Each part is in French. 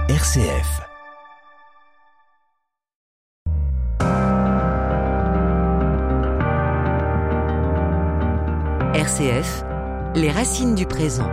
RCF. RCF, les racines du présent.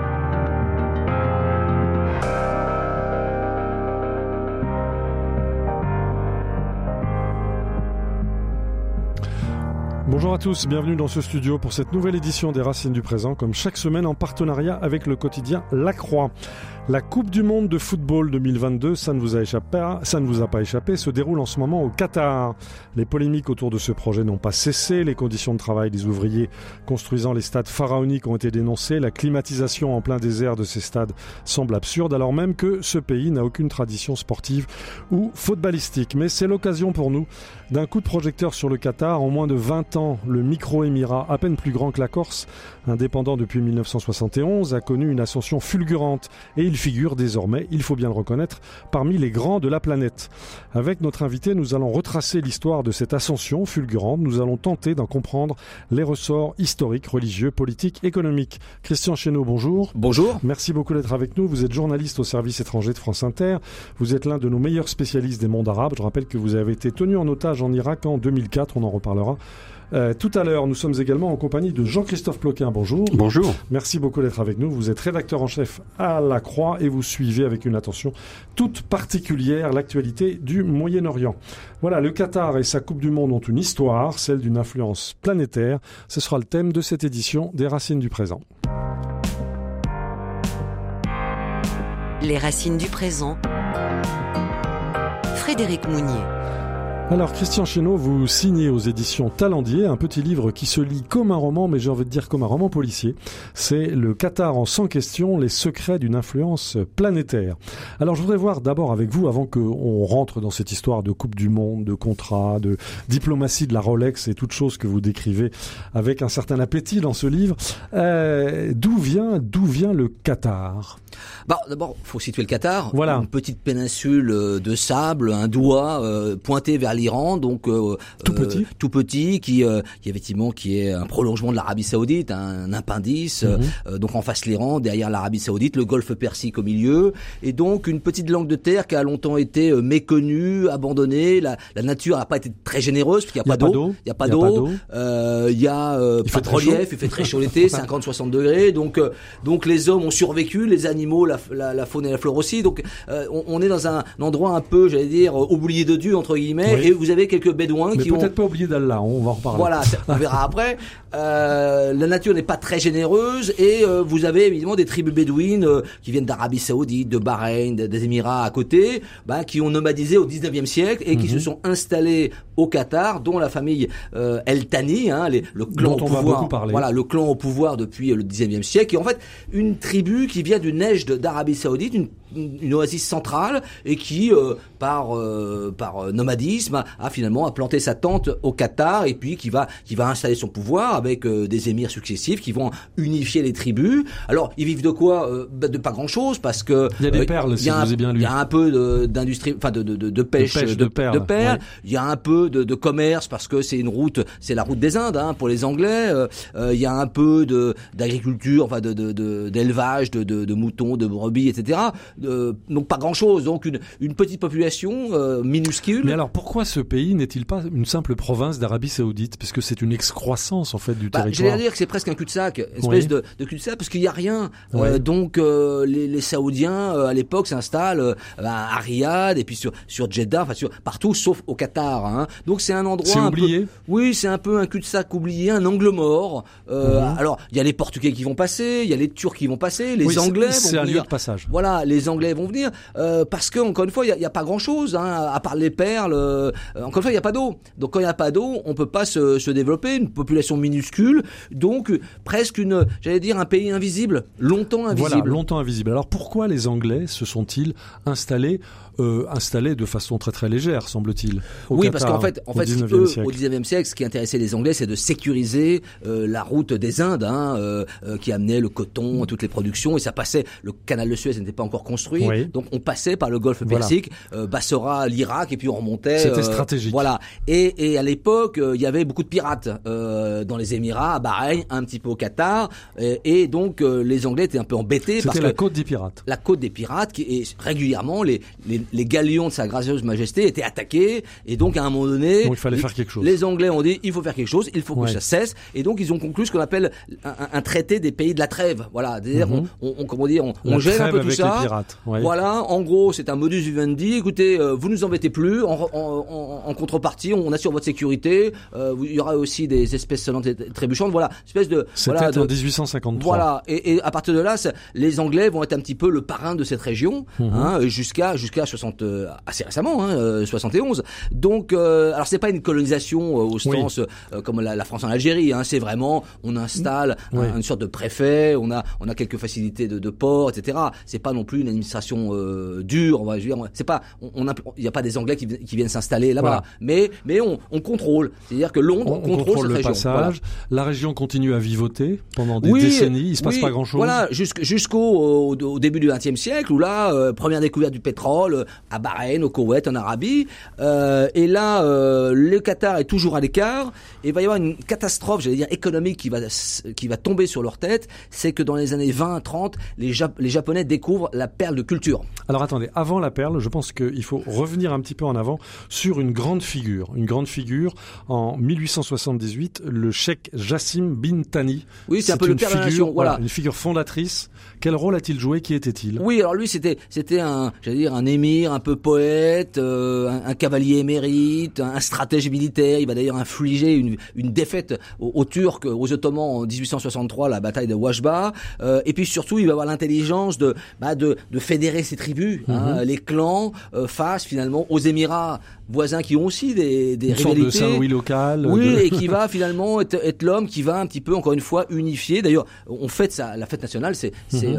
Bonjour à tous, bienvenue dans ce studio pour cette nouvelle édition des Racines du Présent, comme chaque semaine en partenariat avec le quotidien La Croix. La Coupe du Monde de football 2022, ça ne vous a pas échappé, se déroule en ce moment au Qatar. Les polémiques autour de ce projet n'ont pas cessé, les conditions de travail des ouvriers construisant les stades pharaoniques ont été dénoncées, la climatisation en plein désert de ces stades semble absurde, alors même que ce pays n'a aucune tradition sportive ou footballistique. Mais c'est l'occasion pour nous d'un coup de projecteur sur le Qatar. En moins de 20 ans, le micro-émirat, à peine plus grand que la Corse, indépendant depuis 1971, a connu une ascension fulgurante et il figure désormais, il faut bien le reconnaître, parmi les grands de la planète. Avec notre invité, nous allons retracer l'histoire de cette ascension fulgurante. Nous allons tenter d'en comprendre les ressorts historiques, religieux, politiques, économiques. Christian Chesneau, bonjour. Bonjour. Merci beaucoup d'être avec nous. Vous êtes journaliste au service étranger de France Inter. Vous êtes l'un de nos meilleurs spécialistes des mondes arabes. Je rappelle que vous avez été tenu en otage en Irak en 2004. On en reparlera tout à l'heure. Nous sommes également en compagnie de Jean-Christophe Ploquin. Bonjour. Bonjour. Merci beaucoup d'être avec nous. Vous êtes rédacteur en chef à La Croix et vous suivez avec une attention toute particulière l'actualité du Moyen-Orient. Voilà, le Qatar et sa Coupe du Monde ont une histoire, celle d'une influence planétaire. Ce sera le thème de cette édition des Racines du Présent. Les racines du présent. Frédéric Mounier. Alors Christian Chesneau, vous signez aux éditions Talendier un petit livre qui se lit comme un roman, mais j'ai envie de dire comme un roman policier. C'est Le Qatar en 100 questions, les secrets d'une influence planétaire. Alors je voudrais voir d'abord avec vous, avant qu'on rentre dans cette histoire de Coupe du Monde, de contrat, de diplomatie de la Rolex et toutes choses que vous décrivez avec un certain appétit dans ce livre, d'où vient le Qatar ? D'abord, il faut situer le Qatar. Voilà. Une petite péninsule de sable, un doigt pointé vers l'Iran, donc tout petit, qui effectivement qui est un prolongement de l'Arabie Saoudite, un appendice. Donc en face l'Iran, derrière l'Arabie Saoudite, le Golfe Persique au milieu, et donc une petite langue de terre qui a longtemps été méconnue, abondonnée. La nature n'a pas été très généreuse parce qu'il n'y a pas d'eau. Il y a pas d'eau. Il y a pas de relief. Il fait très chaud l'été, 50-60 degrés. Donc les hommes ont survécu, les animaux, la faune et la flore aussi. Donc on est dans un endroit un peu, j'allais dire, oublié de Dieu entre guillemets. Oui. Et vous avez quelques bédouins mais qui peut-être pas oublié d'Allah. On va en reparler. Voilà, on verra après. La nature n'est pas très généreuse et vous avez évidemment des tribus bédouines qui viennent d'Arabie Saoudite, de Bahreïn, des Émirats à côté, qui ont nomadisé au 19e siècle et qui se sont installés au Qatar, dont la famille El Thani, le clan au pouvoir. Voilà, le clan au pouvoir depuis le 19e siècle, et en fait une tribu qui vient du neige d'Arabie Saoudite, une oasis centrale, et qui par nomadisme a finalement planté sa tente au Qatar, et puis qui va installer son pouvoir avec des émirs successifs qui vont unifier les tribus. Alors ils vivent de quoi? De pas grand chose, parce que il y a des perles, si vous avez bien lu. Il y a un peu d'industrie, de pêche de perles. Ouais. Il y a un peu de commerce, parce que c'est la route des Indes pour les Anglais. Il y a un peu d'agriculture, d'élevage de moutons, de brebis, etc. Donc pas grand chose. Donc une petite population minuscule. Mais alors pourquoi ce pays n'est-il pas une simple province d'Arabie Saoudite, puisque c'est une excroissance en fait du territoire. J'allais dire que c'est presque un cul-de-sac, une espèce de cul-de-sac, parce qu'il y a rien. Donc les Saoudiens à l'époque s'installent à Riyad, et puis sur Jeddah, partout sauf au Qatar. Donc c'est un endroit un oublié. Oui, c'est un peu un cul-de-sac oublié, un angle mort. Alors il y a les Portugais qui vont passer, il y a les Turcs qui vont passer, les Anglais vont venir. C'est un lieu de passage. Voilà, les Anglais vont venir parce que encore une fois il y a pas grand-chose à part les perles. Encore une fois il y a pas d'eau. Donc quand il y a pas d'eau, on peut pas se développer, une population minuscule, donc presque un pays invisible, longtemps invisible. Voilà, longtemps invisible. Alors pourquoi les Anglais se sont-ils installés de façon très très légère, semble-t-il, au Qatar, parce qu'en fait au 19e siècle, ce qui intéressait les Anglais, c'est de sécuriser la route des Indes, qui amenait le coton, toutes les productions, et ça passait, le canal de Suez n'était pas encore construit, construit. Oui. Donc on passait par le Golfe Persique, Bassora, l'Irak, et puis on remontait. C'était stratégique. Voilà. Et à l'époque, il y avait beaucoup de pirates dans les Émirats, à Bahreïn, un petit peu au Qatar, et donc les Anglais étaient un peu embêtés. C'était la côte des pirates. La côte des pirates, et régulièrement les galions de Sa Gracieuse Majesté étaient attaqués, et donc à un moment donné, il fallait faire quelque chose. Les Anglais ont dit il faut faire quelque chose, il faut que ça cesse, et donc ils ont conclu ce qu'on appelle un traité des pays de la trève. Voilà, c'est-à-dire on gèle un peu tout ça. Les pirates. Voilà, en gros c'est un modus vivendi. Écoutez, vous nous embêtez plus. En contrepartie, on assure votre sécurité. Il y aura aussi des espèces sonnantes et trébuchantes. Voilà, espèce de. C'était en 1853. Voilà, et à partir de là, les Anglais vont être un petit peu le parrain de cette région, jusqu'à 60, assez récemment, 71. Donc, alors c'est pas une colonisation au sens comme la France en Algérie. C'est vraiment, on installe une sorte de préfet, on a quelques facilités de port, etc. C'est pas non plus une administration dure. On va dire, c'est pas, il y a pas des Anglais qui viennent s'installer là-bas, mais on contrôle. C'est-à-dire que Londres contrôle cette le région. Passage. Voilà. La région continue à vivoter pendant des décennies. Il se passe pas grand-chose. Voilà, jusqu'au début du XXe siècle, où là, première découverte du pétrole à Bahreïn, au Koweït, en Arabie, et là, le Qatar est toujours à l'écart. Et il va y avoir une catastrophe, j'allais dire économique, qui va tomber sur leur tête. C'est que dans les années 20-30, les Japonais découvrent la perle de culture. Alors attendez, avant la perle, je pense qu'il faut revenir un petit peu en avant sur une grande figure en 1878, le cheikh Jassim bin Thani. Oui, c'est un peu le père de la nation. Voilà, une figure fondatrice. Quel rôle a-t-il joué? Qui était-il? Oui, alors lui c'était un émir, un peu poète, un cavalier émérite, un stratège militaire. Il va d'ailleurs infliger une défaite aux Turcs, aux Ottomans en 1863, la bataille de Washba. Et puis surtout, il va avoir l'intelligence de fédérer ses tribus, les clans, face finalement aux Émirats voisins qui ont aussi des une rivalités. Sorte de Saint-Louis local. Oui, et qui va finalement être l'homme qui va un petit peu, encore une fois, unifier. D'ailleurs, on fête la fête nationale, c'est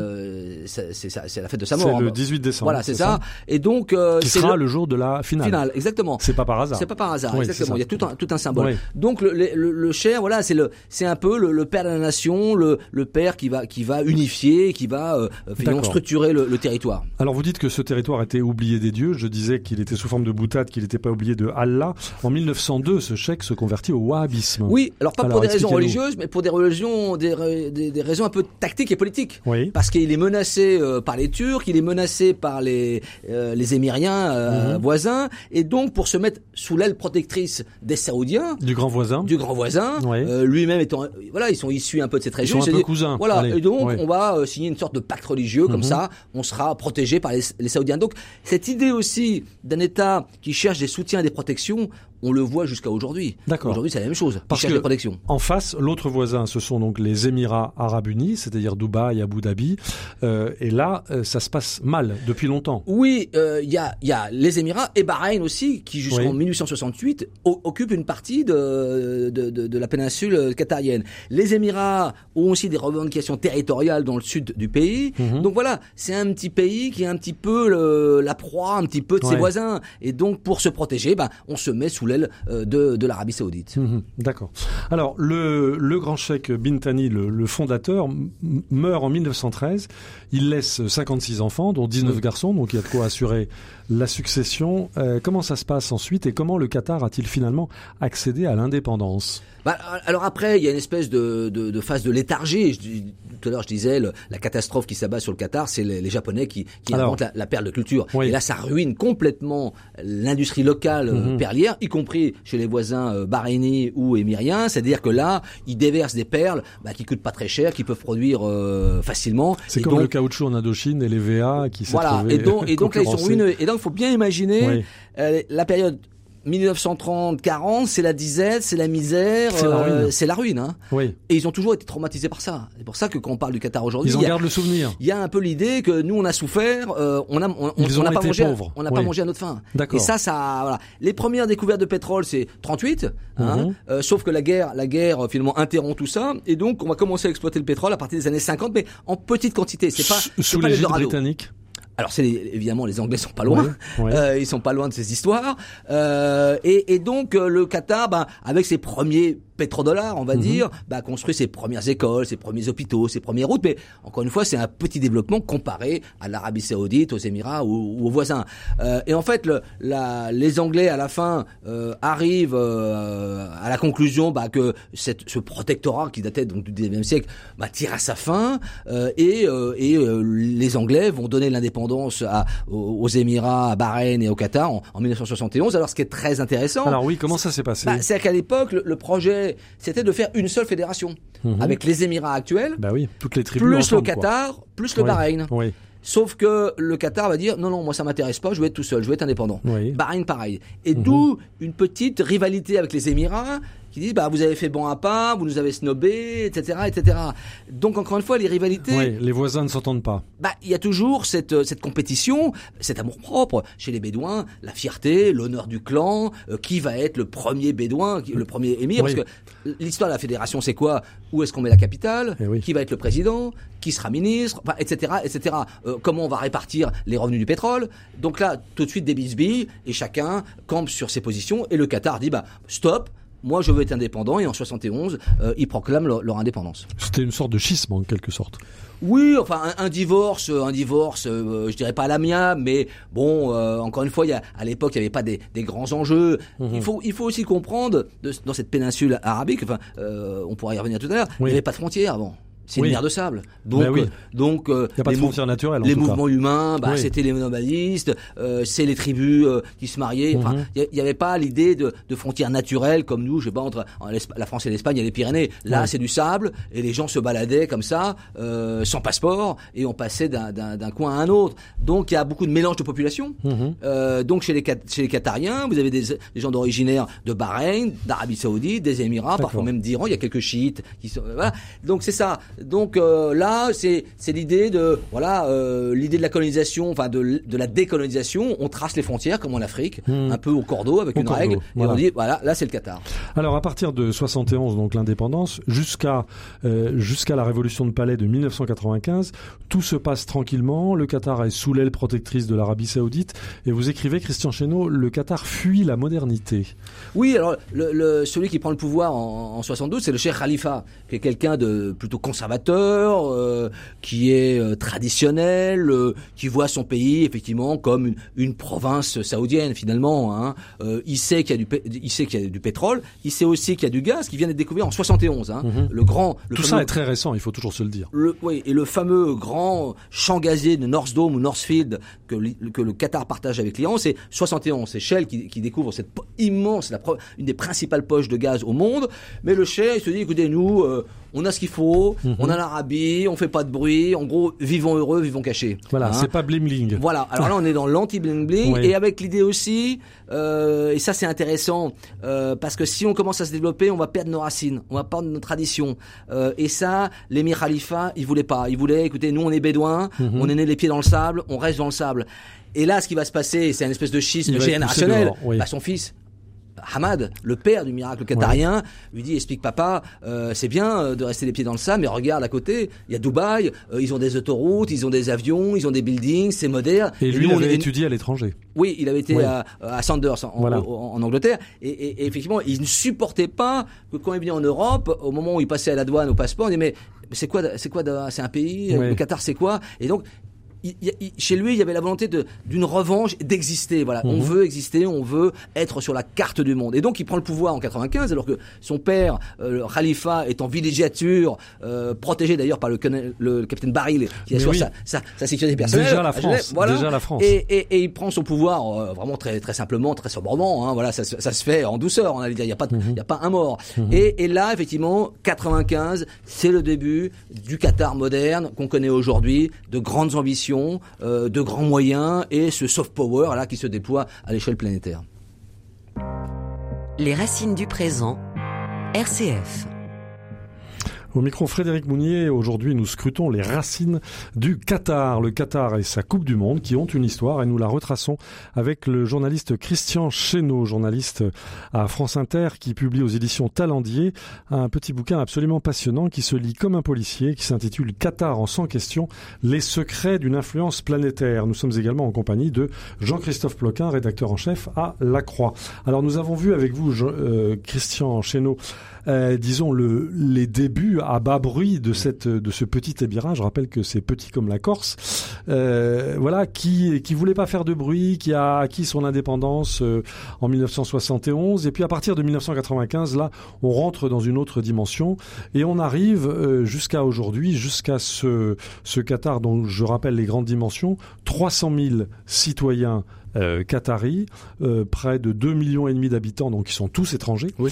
la fête de sa mort. C'est le 18 décembre. Voilà, c'est ça. Et donc, qui sera le jour de la finale. Exactement. C'est pas par hasard. C'est pas par hasard, oui, exactement. Il y a tout un symbole. Oui. Donc, le Cher, voilà, c'est un peu le père de la nation, le père qui va unifier, qui va finalement structurer le territoire. Alors, vous dites que ce territoire était oublié des dieux. Je disais qu'il était sous forme de boutade, qu'il n'était pas oublié de Allah. En 1902, ce cheikh se convertit au wahhabisme. Oui, alors pas pour des raisons religieuses, mais pour des raisons un peu tactiques et politiques. Oui. Parce qu'il est menacé par les Turcs, il est menacé par les Émiriens voisins, et donc pour se mettre sous l'aile protectrice des Saoudiens, du grand voisin, oui. Lui-même étant, voilà, ils sont issus un peu de cette région. Ils sont un peu cousins. Voilà, allez, et donc on va signer une sorte de pacte religieux, comme ça, on sera protégé par les Saoudiens. Donc cette idée aussi d'un État qui cherche des soutiens et des protections, on le voit jusqu'à aujourd'hui. D'accord. Aujourd'hui, c'est la même chose. Parce que en face, l'autre voisin, ce sont donc les Émirats Arabes Unis, c'est-à-dire Dubaï, Abu Dhabi. Et là, ça se passe mal depuis longtemps. Oui, il y a les Émirats et Bahreïn aussi, qui jusqu'en 1868 occupent une partie de la péninsule qatarienne. Les Émirats ont aussi des revendications territoriales dans le sud du pays. Donc voilà, c'est un petit pays qui est un petit peu la proie, un petit peu de ses voisins. Et donc pour se protéger, on se met sous l'aile de l'Arabie Saoudite. D'accord. Alors le grand cheikh bin Thani, le fondateur, meurt en 1913. Il laisse 56 enfants, dont 19 garçons, donc il y a de quoi assurer la succession. Comment ça se passe ensuite et comment le Qatar a-t-il finalement accédé à l'indépendance? Alors après, il y a une espèce de phase de léthargie. Tout à l'heure, je disais, la catastrophe qui s'abat sur le Qatar, c'est les Japonais qui inventent la perle de culture. Oui. Et là, ça ruine complètement l'industrie locale perlière, y compris chez les voisins bahreïnis ou émiriens. C'est-à-dire que là, ils déversent des perles qui coûtent pas très cher, qui peuvent produire facilement. C'est comme le caoutchouc en Indochine et les VA qui s'est trouvé et donc là, ils sont ruineux. Et donc, il faut bien imaginer la période 1930-40, c'est la disette, c'est la misère, c'est la ruine. Oui. Et ils ont toujours été traumatisés par ça. C'est pour ça que quand on parle du Qatar aujourd'hui, ils en gardent le souvenir. Il y a un peu l'idée que nous on a souffert, on n'a pas mangé, on n'a pas mangé à notre faim. D'accord. Et ça voilà. Les premières découvertes de pétrole, c'est 38, sauf que la guerre finalement interrompt tout ça, et donc on va commencer à exploiter le pétrole à partir des années 50, mais en petite quantité. C'est pas sous l'égide britannique. Alors évidemment les Anglais sont pas loin, ils sont pas loin de ces histoires, et donc le Qatar, avec ses premiers pétrodollar, on va dire, construit ses premières écoles, ses premiers hôpitaux, ses premières routes. Mais encore une fois, c'est un petit développement comparé à l'Arabie Saoudite, aux Émirats ou aux voisins. Et en fait, les Anglais à la fin arrivent à la conclusion que ce protectorat qui datait donc du XIXe siècle tire à sa fin et les Anglais vont donner l'indépendance aux Émirats, à Bahreïn et au Qatar en 1971. Alors, ce qui est très intéressant. Alors oui, comment ça s'est passé? C'est qu'à l'époque, le projet, c'était de faire une seule fédération avec les Émirats actuels. Bah oui, toutes les tribus plus ensemble, le Qatar, plus le Bahreïn. Oui. Sauf que le Qatar va dire non, moi ça m'intéresse pas, je veux être tout seul, je veux être indépendant. Oui. Bahreïn pareil. Et d'où une petite rivalité avec les Émirats qui disent vous avez fait bon à pas, vous nous avez snobé, etc., etc. Donc encore une fois, les rivalités. Oui, les voisins ne s'entendent pas. Il y a toujours cette compétition, cet amour propre chez les Bédouins, la fierté, l'honneur du clan, qui va être le premier Bédouin, le premier émir, parce que l'histoire de la fédération, c'est quoi? Où est-ce qu'on met la capitale? Qui va être le président? Qui sera ministre? Etc., etc. Comment on va répartir les revenus du pétrole? Donc là, tout de suite des bisbilles et chacun campe sur ses positions et le Qatar dit stop. Moi, je veux être indépendant, et en 71, ils proclament leur indépendance. C'était une sorte de schisme, en quelque sorte. Oui, enfin, un divorce, je dirais pas à l'amiable, mais bon, encore une fois, à l'époque, il n'y avait pas des grands enjeux. Il faut aussi comprendre, dans cette péninsule arabique, on pourra y revenir tout à l'heure, il n'y avait pas de frontières avant. C'est une mer de sable. Donc, il n'y a pas de frontières naturelles. Les mouvements humains, c'était les nomadistes, c'est les tribus qui se mariaient. Il n'y avait pas l'idée de frontières naturelles comme nous. Je sais pas, entre la France et l'Espagne, il y a les Pyrénées. Là, c'est du sable et les gens se baladaient comme ça, sans passeport, et on passait d'un coin à un autre. Donc, il y a beaucoup de mélange de population. Donc, chez les Qatariens, vous avez des gens d'originaire de Bahreïn, d'Arabie Saoudite, des Émirats, parfois même d'Iran. Il y a quelques chiites qui sont. Voilà. Donc, c'est ça. Donc là, c'est l'idée de l'idée de la colonisation, de la décolonisation. On trace les frontières comme en Afrique, un peu au cordeau avec une règle, et on dit là c'est le Qatar. Alors à partir de 71, donc l'indépendance, jusqu'à la révolution de Palais de 1995, tout se passe tranquillement. Le Qatar est sous l'aile protectrice de l'Arabie Saoudite, et vous écrivez, Christian Chesneau, le Qatar fuit la modernité. Oui, alors celui qui prend le pouvoir en 72, c'est le Cheikh Khalifa, qui est quelqu'un de plutôt conservateur, qui est traditionnel, qui voit son pays effectivement comme une province saoudienne finalement. Il sait qu'il y a du pétrole, il sait aussi qu'il y a du gaz qui vient d'être découvert en 71. Tout ça est très récent, il faut toujours se le dire. Et le fameux grand champ gazier de North Dome ou Northfield que le Qatar partage avec l'Iran, c'est 71. C'est Shell qui découvre cette immense, une des principales poches de gaz au monde. Mais le Cheikh, il se dit, écoutez, nous, on a ce qu'il faut, on a l'Arabie, on fait pas de bruit, en gros, vivons heureux, vivons cachés. Voilà, c'est pas bling-bling. Voilà, alors là, on est dans l'anti-bling-bling, et avec l'idée aussi, et ça c'est intéressant, parce que si on commence à se développer, on va perdre nos racines, on va perdre nos traditions. Et ça, l'émir Khalifa, il voulait pas. Il voulait, écoutez, nous on est bédouins, on est né les pieds dans le sable, on reste dans le sable. Et là, ce qui va se passer, c'est une espèce de schisme générationnel. Son fils, Hamad, le père du miracle qatarien, lui dit, explique papa, c'est bien de rester les pieds dans le sable, mais regarde à côté, il y a Dubaï, ils ont des autoroutes, ils ont des avions, ils ont des buildings, c'est moderne. Et lui, il avait étudié à l'étranger. Oui, il avait été à Sandhurst en Angleterre, et effectivement, il ne supportait pas que quand il venait en Europe, au moment où il passait à la douane au passeport, il disait mais c'est quoi, c'est un pays, le Qatar c'est quoi? Et donc chez lui, il y avait la volonté d'une revanche, d'exister. Voilà, on veut exister, on veut être sur la carte du monde. Et donc, il prend le pouvoir en 95, alors que son père, le Khalifa, est en villégiature, protégé d'ailleurs par le capitaine Baril, qui assure sa sécurité personnelle. Déjà la France. Et il prend son pouvoir vraiment très très simplement, très sobrement. Voilà, ça se fait en douceur. On allait dire, il y a pas un mort. Et là, effectivement, 95, c'est le début du Qatar moderne qu'on connaît aujourd'hui, de grandes ambitions, de grands moyens et ce soft power là qui se déploie à l'échelle planétaire. Les racines du présent, RCF. Au micro Frédéric Mounier, aujourd'hui nous scrutons les racines du Qatar. Le Qatar et sa Coupe du Monde qui ont une histoire et nous la retraçons avec le journaliste Christian Chesneau, journaliste à France Inter qui publie aux éditions Talendier un petit bouquin absolument passionnant qui se lit comme un policier, qui s'intitule Qatar en 100 questions, les secrets d'une influence planétaire. Nous sommes également en compagnie de Jean-Christophe Ploquin, rédacteur en chef à La Croix. Alors nous avons vu avec vous, Christian Chesneau, disons les débuts à bas bruit de ce petit Ébira. Je rappelle que c'est petit comme la Corse, voilà, qui voulait pas faire de bruit, qui a acquis son indépendance en 1971, et puis à partir de 1995, là, on rentre dans une autre dimension et on arrive jusqu'à aujourd'hui, jusqu'à ce Qatar dont je rappelle les grandes dimensions, 300 000 citoyens qataris, près de 2,5 millions d'habitants, donc ils sont tous étrangers. Oui.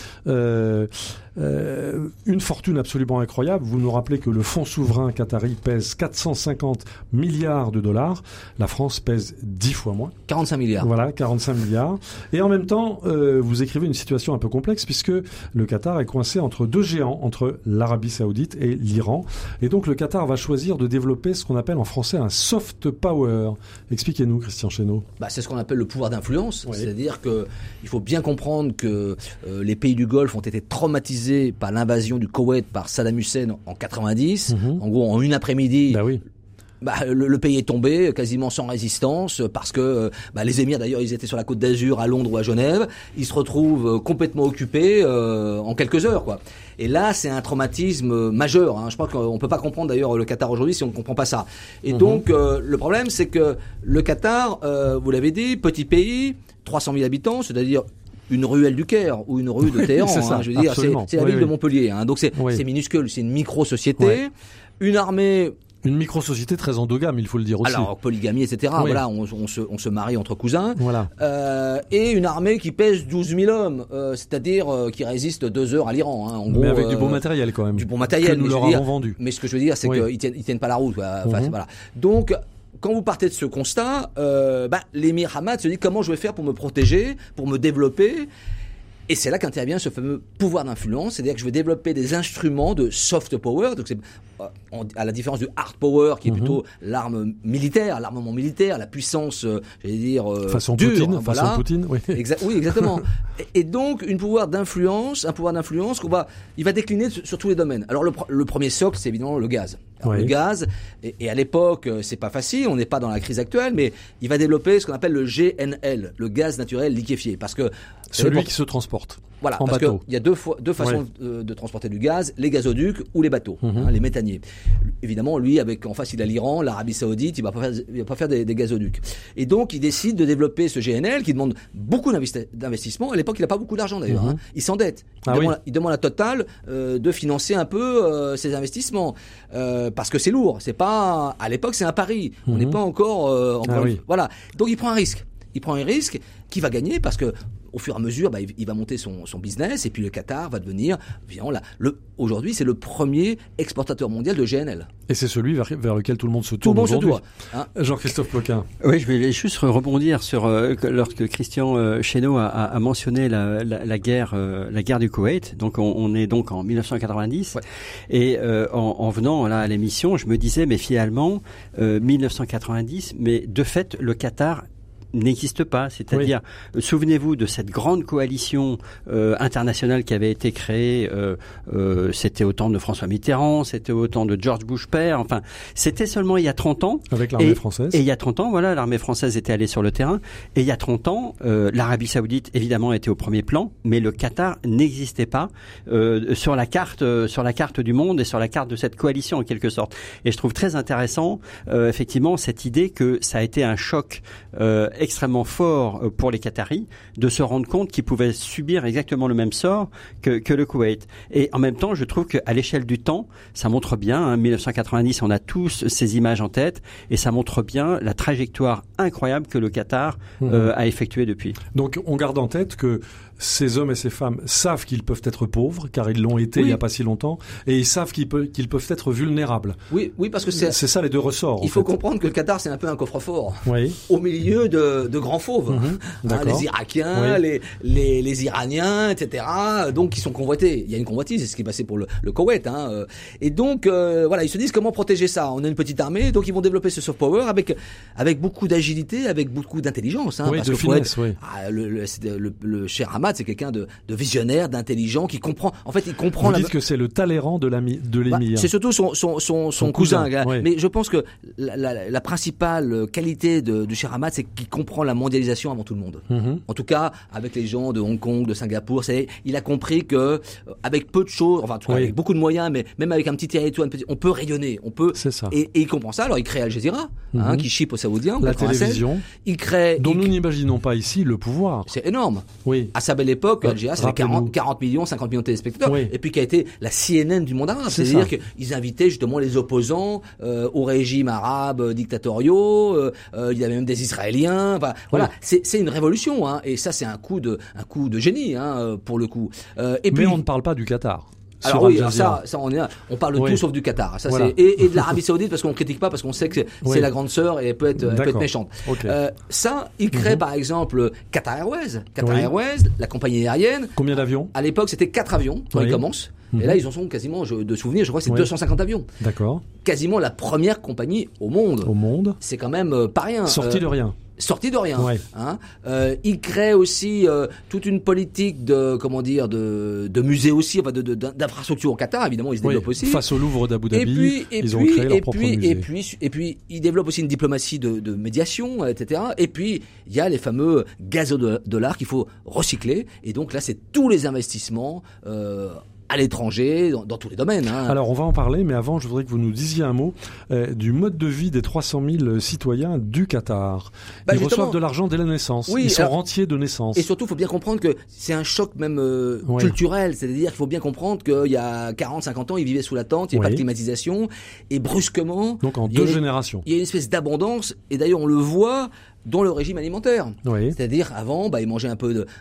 Une fortune absolument incroyable. Vous nous rappelez que le fonds souverain qatari pèse 450 milliards de dollars. La France pèse 10 fois moins. 45 milliards. Voilà, 45 milliards. Et en même temps, vous écrivez une situation un peu complexe puisque le Qatar est coincé entre deux géants, entre l'Arabie Saoudite et l'Iran. Et donc le Qatar va choisir de développer ce qu'on appelle en français un soft power. Expliquez-nous, Christian Chesneau. C'est ce qu'on appelle le pouvoir d'influence. Oui. C'est-à-dire que il faut bien comprendre que les pays du Golfe ont été traumatisés par l'invasion du Koweït par Saddam Hussein en 90. En gros, en une après-midi, oui. Le pays est tombé quasiment sans résistance parce que les émirs, d'ailleurs, ils étaient sur la Côte d'Azur, à Londres ou à Genève. Ils se retrouvent complètement occupés en quelques heures, quoi. Et là, c'est un traumatisme majeur. Hein. Je crois qu'on peut pas comprendre d'ailleurs le Qatar aujourd'hui si on ne comprend pas ça. Et donc, le problème, c'est que le Qatar, vous l'avez dit, petit pays, 300 000 habitants, c'est-à-dire une ruelle du Caire ou une rue de Téhéran. C'est ça, je veux dire, c'est la ville de Montpellier. Hein. Donc c'est minuscule, c'est une micro-société, une armée. Une micro-société très endogame, il faut le dire aussi. Alors, polygamie, etc. Oui. Voilà, on se marie entre cousins. Voilà. Et une armée qui pèse 12 000 hommes, c'est-à-dire qui résiste 2 heures à l'Iran. Hein. En gros, mais avec du bon matériel quand même. Du bon matériel. Que nous leur avons vendu. Mais ce que je veux dire, c'est qu'ils tiennent pas la route. Enfin, voilà. Donc, quand vous partez de ce constat, l'émir Hamad se dit comment je vais faire pour me protéger, pour me développer. Et c'est là qu'intervient ce fameux pouvoir d'influence, c'est-à-dire que je vais développer des instruments de soft power, donc c'est à la différence du hard power qui est plutôt l'arme militaire, l'armement militaire, la puissance, j'allais dire façon dure, Poutine, voilà. Façon Poutine, oui. Oui, exactement. Et donc un pouvoir d'influence il va décliner sur tous les domaines. Alors le premier socle, c'est évidemment le gaz. Alors, le gaz, et à l'époque, c'est pas facile, on n'est pas dans la crise actuelle, mais il va développer ce qu'on appelle le GNL, le gaz naturel liquéfié, parce que celui qui se transporte. Voilà, parce qu'il y a deux façons de transporter du gaz, les gazoducs ou les bateaux, les méthaniers. Évidemment, lui, en face, il a l'Iran, l'Arabie Saoudite, il va pas faire des gazoducs. Et donc, il décide de développer ce GNL qui demande beaucoup d'investissement. À l'époque, il n'a pas beaucoup d'argent d'ailleurs. Hein. Il s'endette. Il demande à Total de financer un peu ses investissements parce que c'est lourd. C'est pas à l'époque, c'est un pari. On n'est pas encore. Voilà. Donc, il prend un risque. Il prend un risque qui va gagner parce que au fur et à mesure, il va monter son business et puis le Qatar va devenir, aujourd'hui, c'est le premier exportateur mondial de GNL. Et c'est celui vers lequel tout le monde se tourne aujourd'hui. Hein. Jean-Christophe Ploquin. Oui, je vais juste rebondir sur lorsque Christian Chesneau a mentionné la guerre du Koweït. Donc on est donc en 1990 et en venant là à l'émission, je me disais mais finalement 1990, mais de fait le Qatar n'existe pas, c'est-à-dire souvenez-vous de cette grande coalition internationale qui avait été créée, c'était au temps de François Mitterrand, c'était au temps de George Bush père, enfin c'était seulement il y a 30 ans avec l'armée française. Et il y a 30 ans, voilà, l'armée française était allée sur le terrain et il y a 30 ans, l'Arabie Saoudite évidemment était au premier plan, mais le Qatar n'existait pas sur la carte du monde et sur la carte de cette coalition en quelque sorte. Et je trouve très intéressant effectivement cette idée que ça a été un choc extrêmement fort pour les Qataris de se rendre compte qu'ils pouvaient subir exactement le même sort que le Koweït. Et en même temps, je trouve qu'à l'échelle du temps, ça montre bien, 1990, on a tous ces images en tête, et ça montre bien la trajectoire incroyable que le Qatar a effectuée depuis. Donc on garde en tête que ces hommes et ces femmes savent qu'ils peuvent être pauvres, car ils l'ont été il n'y a pas si longtemps, et ils savent qu'ils peuvent être vulnérables. Oui, parce que c'est ça les deux ressorts. Il faut comprendre que le Qatar, c'est un peu un coffre-fort. Oui. Au milieu de de grands fauves, les Irakiens, les Iraniens, etc. Donc qui sont convoités. Il y a une convoitise, c'est ce qui est passé pour le Koweït. Et donc voilà, ils se disent comment protéger ça. On a une petite armée, donc ils vont développer ce soft power avec beaucoup d'agilité, avec beaucoup d'intelligence. Oui, de finesse. Le cher Hamad, c'est quelqu'un de visionnaire, d'intelligent, qui comprend. En fait, il comprend. Vous dites que c'est le Talleyrand de l'émir. C'est surtout son cousin. Oui. Mais je pense que la principale qualité du cher Hamad, c'est qu'il comprend la mondialisation avant tout le monde. En tout cas, avec les gens de Hong Kong, de Singapour, il a compris que avec peu de choses, enfin, en tout cas, avec beaucoup de moyens, mais même avec un petit territoire, on peut rayonner. C'est ça. Et il comprend ça. Alors, il crée Al Jazeera, qui chip aux Saoudiens. La télévision. Il crée. Dont nous n'imaginons pas ici le pouvoir. C'est énorme. Oui. À sa belle époque, Al Jazeera, c'était 40 millions, 50 millions de téléspectateurs. Oui. Et puis, qui a été la CNN du monde arabe. C'est-à-dire qu'ils invitaient justement les opposants au régime arabe dictatoriaux. Il y avait même des Israéliens. Enfin, voilà. C'est une révolution, Et ça, c'est un coup de génie, pour le coup. Mais on ne parle pas du Qatar. Alors oui, ça on parle de tout sauf du Qatar. Ça, et de l'Arabie Saoudite, parce qu'on critique pas, parce qu'on sait que c'est la grande sœur et elle peut être méchante. Ça, il crée par exemple Qatar Airways. Airways, la compagnie aérienne. Combien d'avions? À l'époque, c'était 4 avions quand ils commencent. Et là, ils en sont quasiment, de souvenir, je crois que c'est 250 avions. D'accord. Quasiment la première compagnie au monde. C'est quand même pas rien. Sorti de rien. Il crée aussi toute une politique de musées aussi, enfin d'infrastructures au Qatar, évidemment, ils se développent aussi. Face au Louvre d'Abu Dhabi, ils ont créé leur propre musée. Et puis, ils développent aussi une diplomatie de médiation, etc. Et puis, il y a les fameux gazodollars qu'il faut recycler. Et donc là, c'est tous les investissements à l'étranger, dans tous les domaines. Alors, on va en parler, mais avant, je voudrais que vous nous disiez un mot du mode de vie des 300 000 citoyens du Qatar. Ils reçoivent de l'argent dès la naissance. Ils sont rentiers de naissance. Et surtout, il faut bien comprendre que c'est un choc même culturel. C'est-à-dire qu'il faut bien comprendre qu'il y a 40, 50 ans, ils vivaient sous la tente, il n'y avait pas de climatisation. Et brusquement... Donc en 2 générations. Il y a une espèce d'abondance. Et d'ailleurs, on le voit dans le régime alimentaire. C'est-à-dire, avant, ils mangeaient un peu de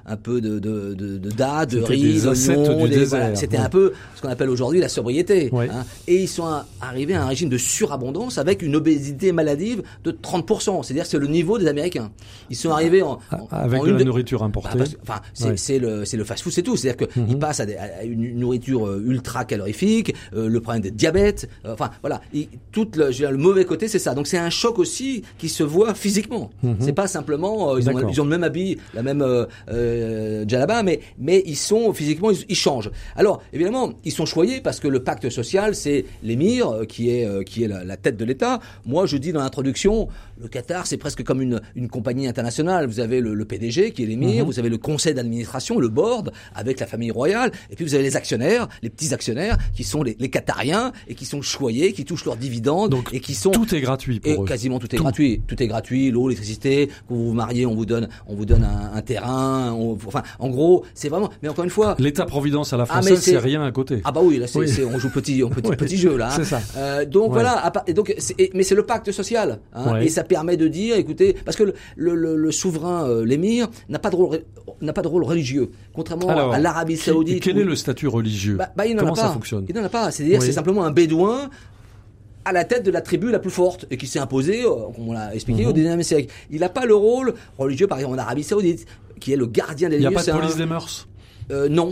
dattes, de riz, d'oignons. C'était un peu ce qu'on appelle aujourd'hui la sobriété. Et ils sont arrivés à un régime de surabondance avec une obésité maladive de 30%. C'est-à-dire que c'est le niveau des Américains. Ils sont arrivés avec de la nourriture importée. C'est le fast-food, c'est tout. C'est-à-dire qu'ils passent à une nourriture ultra calorifique, le problème des diabètes. Voilà. Le mauvais côté, c'est ça. Donc c'est un choc aussi qui se voit physiquement. C'est pas simplement ils ont le même habit, la même djellaba, mais ils sont physiquement ils changent. Alors évidemment ils sont choyés parce que le pacte social c'est l'émir qui est la tête de l'État. Moi je dis dans l'introduction, le Qatar c'est presque comme une compagnie internationale. Vous avez le PDG qui est l'émir, vous avez le conseil d'administration, le board avec la famille royale, et puis vous avez les actionnaires, les petits actionnaires qui sont les Qatariens et qui sont choyés, qui touchent leurs dividendes. Donc, et qui sont tout est gratuit pour eux. Quasiment tout est gratuit, l'eau, l'électricité. Quand vous vous mariez, on vous donne un terrain. En gros, c'est vraiment. Mais encore une fois, l'État-providence à la française, c'est rien à côté. Ah bah oui, là, on joue petit jeu là. C'est ça. Donc voilà. Et donc, mais c'est le pacte social, et ça permet de dire, écoutez, parce que le souverain, l'émir, n'a pas de rôle religieux, contrairement à l'Arabie Saoudite. Quel est le statut religieux? Comment ça fonctionne? Il n'en a pas. C'est-à-dire, c'est simplement un bédouin à la tête de la tribu la plus forte et qui s'est imposé, comme on l'a expliqué, au 19e siècle. Il n'a pas le rôle religieux, par exemple en Arabie Saoudite, qui est le gardien des lieux. Il n'y a pas de police des mœurs? Non.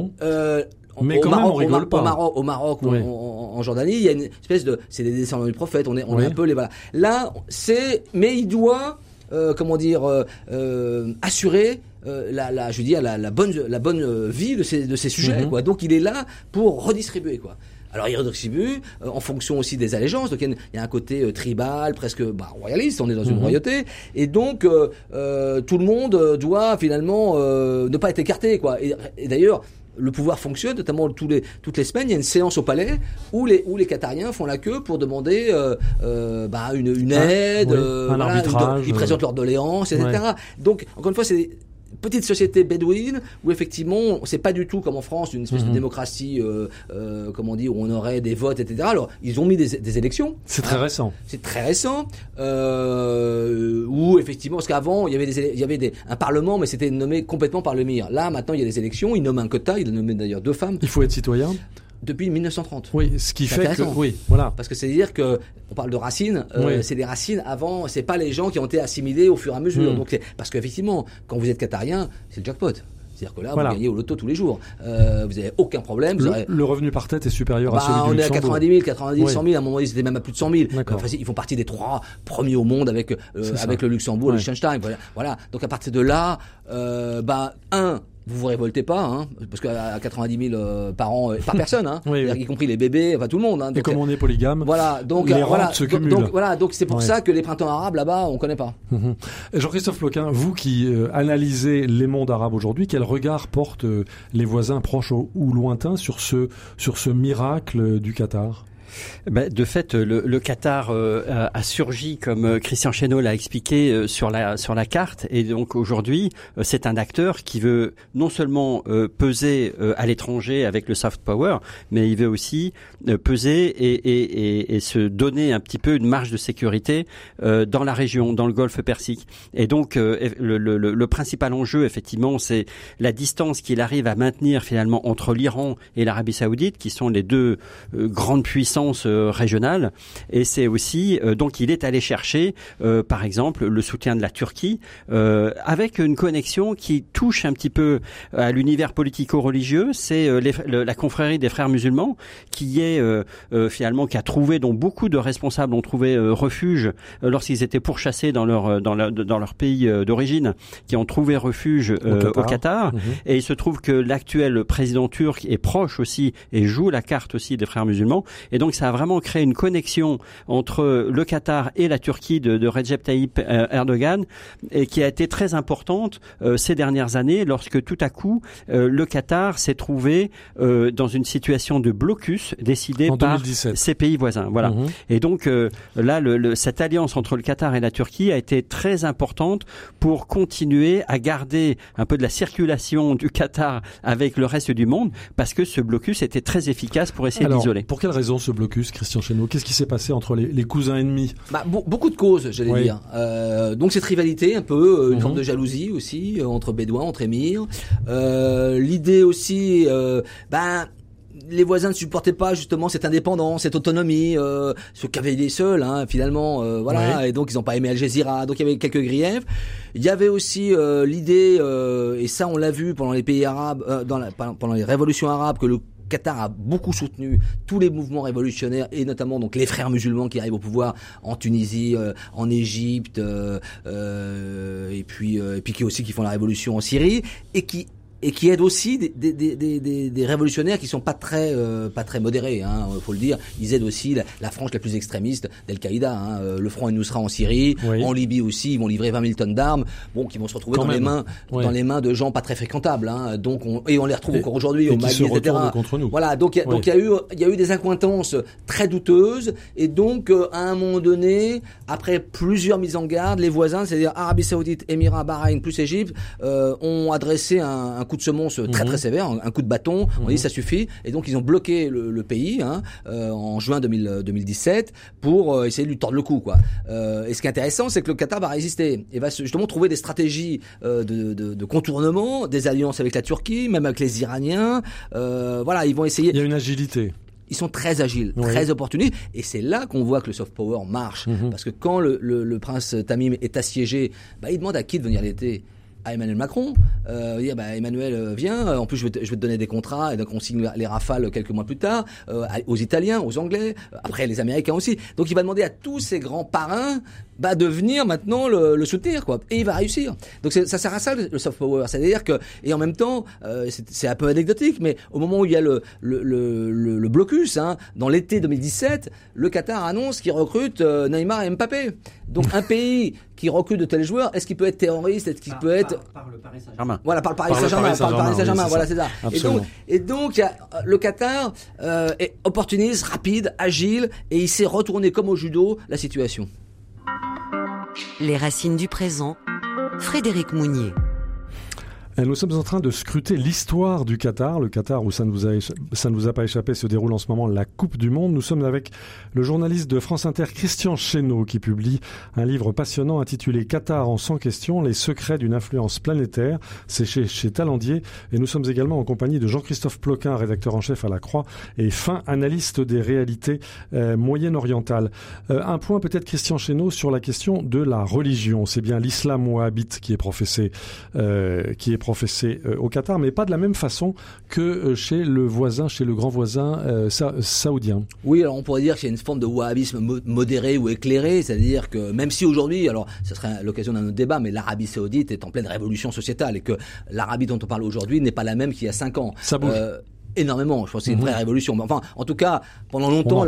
Mais quand même, on rigole pas. Au Maroc, en Jordanie, il y a une espèce c'est des descendants du prophète. On est un peu les voilà. Là, mais il doit, assurer la bonne vie de ces sujets, quoi. Donc il est là pour redistribuer, quoi. Alors il redistribue en fonction aussi des allégeances. Donc il y a un côté tribal, presque royaliste. On est dans une royauté, et donc tout le monde doit finalement ne pas être écarté, quoi. Et d'ailleurs, le pouvoir fonctionne, notamment toutes les semaines. Il y a une séance au palais où les Qatariens font la queue pour demander une aide, un arbitrage. Ils présentent leurs doléances, etc. Donc encore une fois, c'est petite société bédouine où effectivement c'est pas du tout comme en France une espèce de démocratie où on aurait des votes, etc. Alors ils ont mis des élections. C'est très récent. C'est très récent où effectivement, parce qu'avant il y avait un parlement, mais c'était nommé complètement par l'émir. Là maintenant il y a des élections, il nomme un quota, il a nommé d'ailleurs 2 femmes. Il faut être citoyen. Depuis 1930. Oui, ce qui C'est fait que intéressant. oui, voilà. Parce que c'est-à-dire que on parle de racines, Oui. c'est des racines avant, c'est pas les gens qui ont été assimilés au fur et à mesure. Donc parce qu'effectivement, quand vous êtes qatarien, c'est le jackpot. C'est-à-dire que là, Voilà. vous gagnez au loto tous les jours. Vous avez aucun problème. Vous aurez... Le revenu par tête est supérieur à celui on du est à Luxembourg. 90 000, 90 Oui. 100 000. À un moment, ils étaient même à plus de 100 000. D'accord. Enfin, ils font partie des 3 premiers au monde avec le Luxembourg, Ouais. le Liechtenstein. Voilà. Donc à partir de là, vous vous révoltez pas, hein, parce qu'à 90 000 par an, par personne, hein, Oui, c'est-à-dire y compris les bébés, enfin tout le monde. Hein, Et donc, comme on est polygame, voilà, donc les voilà, rentes se cumulent. donc c'est pour Ouais. ça que les printemps arabes là-bas, on connaît pas. Jean-Christophe Loquin, vous qui analysez les mondes arabes aujourd'hui, quel regard portent les voisins proches ou lointains sur ce miracle du Qatar ? De fait, le Qatar a surgi, comme Christian Chesneau l'a expliqué, sur la carte. Et donc aujourd'hui, c'est un acteur qui veut non seulement peser à l'étranger avec le soft power, mais il veut aussi peser et se donner un petit peu une marge de sécurité dans la région, dans le Golfe Persique. Et donc le principal enjeu, effectivement, c'est la distance qu'il arrive à maintenir finalement entre l'Iran et l'Arabie Saoudite, qui sont les deux grandes puissances régionales. Et c'est aussi donc il est allé chercher par exemple le soutien de la Turquie avec une connexion qui touche un petit peu à l'univers politico-religieux. C'est la confrérie des frères musulmans qui est finalement qui a trouvé, dont beaucoup de responsables ont trouvé refuge lorsqu'ils étaient pourchassés dans leur pays d'origine, qui ont trouvé refuge au Qatar. Et il se trouve que l'actuel président turc est proche aussi et joue la carte aussi des frères musulmans. Et donc ça a vraiment créé une connexion entre le Qatar et la Turquie de Recep Tayyip Erdogan, et qui a été très importante ces dernières années, lorsque tout à coup le Qatar s'est trouvé dans une situation de blocus décidé par 2017. ses pays voisins. Voilà. Et donc là, cette alliance entre le Qatar et la Turquie a été très importante pour continuer à garder un peu de la circulation du Qatar avec le reste du monde, parce que ce blocus était très efficace pour essayer d'isoler. Pour quelle raison ce blocus, Christian Chesneau ? Qu'est-ce qui s'est passé entre les cousins ennemis ? Beaucoup de causes, j'allais dire. Donc cette rivalité, un peu, une forme de jalousie aussi, entre Bédouins, entre émirs. L'idée aussi, les voisins ne supportaient pas justement cette indépendance, cette autonomie, ce qu'avaient les seuls, hein, finalement, voilà. Et donc ils n'ont pas aimé Al Jazeera, donc il y avait quelques griefs. Il y avait aussi l'idée, et ça on l'a vu pendant les pays arabes, pendant les révolutions arabes, que le Qatar a beaucoup soutenu tous les mouvements révolutionnaires, et notamment donc les frères musulmans qui arrivent au pouvoir en Tunisie, en Égypte, et puis qui font la révolution en Syrie, et qui aident aussi des révolutionnaires qui sont pas très modérés, hein, faut le dire. Ils aident aussi la frange la plus extrémiste d'Al-Qaïda, hein, le Front al-Nusra en Syrie, en Libye aussi. Ils vont livrer 20 000 tonnes d'armes, qui vont se retrouver dans les mains de gens pas très fréquentables, hein. Donc on les retrouve encore aujourd'hui au Mali, etc. Contre nous. Voilà, donc il y a eu des accointances très douteuses, et donc à un moment donné, après plusieurs mises en garde, les voisins, c'est-à-dire Arabie Saoudite, Émirats, Bahreïn plus Égypte, ont adressé un coup de semonce très très sévère, un coup de bâton. On dit ça suffit, et donc ils ont bloqué le pays, hein, en juin 2017 pour essayer de lui tordre le cou, quoi. Et ce qui est intéressant, c'est que le Qatar va résister et va justement trouver des stratégies de contournement des alliances avec la Turquie, même avec les Iraniens. Voilà, ils vont essayer. Il y a une agilité. Ils sont très agiles, très opportunistes, et c'est là qu'on voit que le soft power marche, parce que quand le prince Tamim est assiégé, il demande à qui de venir l'été ? À Emmanuel Macron, dire Emmanuel viens, en plus je vais te donner des contrats, et donc on signe les Rafales quelques mois plus tard, aux Italiens, aux Anglais, après les Américains aussi. Donc il va demander à tous ces grands parrains de venir maintenant le soutenir, quoi. Et il va réussir. Donc ça sert à ça le soft power, c'est-à-dire que, et en même temps, c'est un peu anecdotique, mais au moment où il y a le blocus, hein, dans l'été 2017, le Qatar annonce qu'il recrute Neymar et Mbappé. Donc un pays qui recrute de tels joueurs, est-ce qu'il peut être terroriste, est-ce qu'il peut être par le Paris Saint-Germain. Voilà, par le Paris Saint-Germain, voilà, c'est ça. Absolument. Et donc le Qatar est opportuniste, rapide, agile, et il sait retourner comme au judo la situation. Les racines du présent, Frédéric Mounier. Nous sommes en train de scruter l'histoire du Qatar. Le Qatar, où ça ne vous a pas échappé, se déroule en ce moment la Coupe du Monde. Nous sommes avec le journaliste de France Inter, Christian Chesneau, qui publie un livre passionnant intitulé Qatar en 100 questions, les secrets d'une influence planétaire. C'est chez Talandier. Et nous sommes également en compagnie de Jean-Christophe Ploquin, rédacteur en chef à La Croix, et fin analyste des réalités moyen-orientales. Un point peut-être, Christian Chesneau, sur la question de la religion. C'est bien l'islam wahhabite qui est professé au Qatar, mais pas de la même façon que chez le grand voisin saoudien. Oui, alors on pourrait dire qu'il y a une forme de wahhabisme modéré ou éclairé, c'est-à-dire que même si aujourd'hui, alors ça serait l'occasion d'un autre débat, mais l'Arabie saoudite est en pleine révolution sociétale et que l'Arabie dont on parle aujourd'hui n'est pas la même qu'il y a 5 ans. Ça bouge. Énormément, je pense que c'est une vraie révolution. Enfin, en tout cas, pendant longtemps,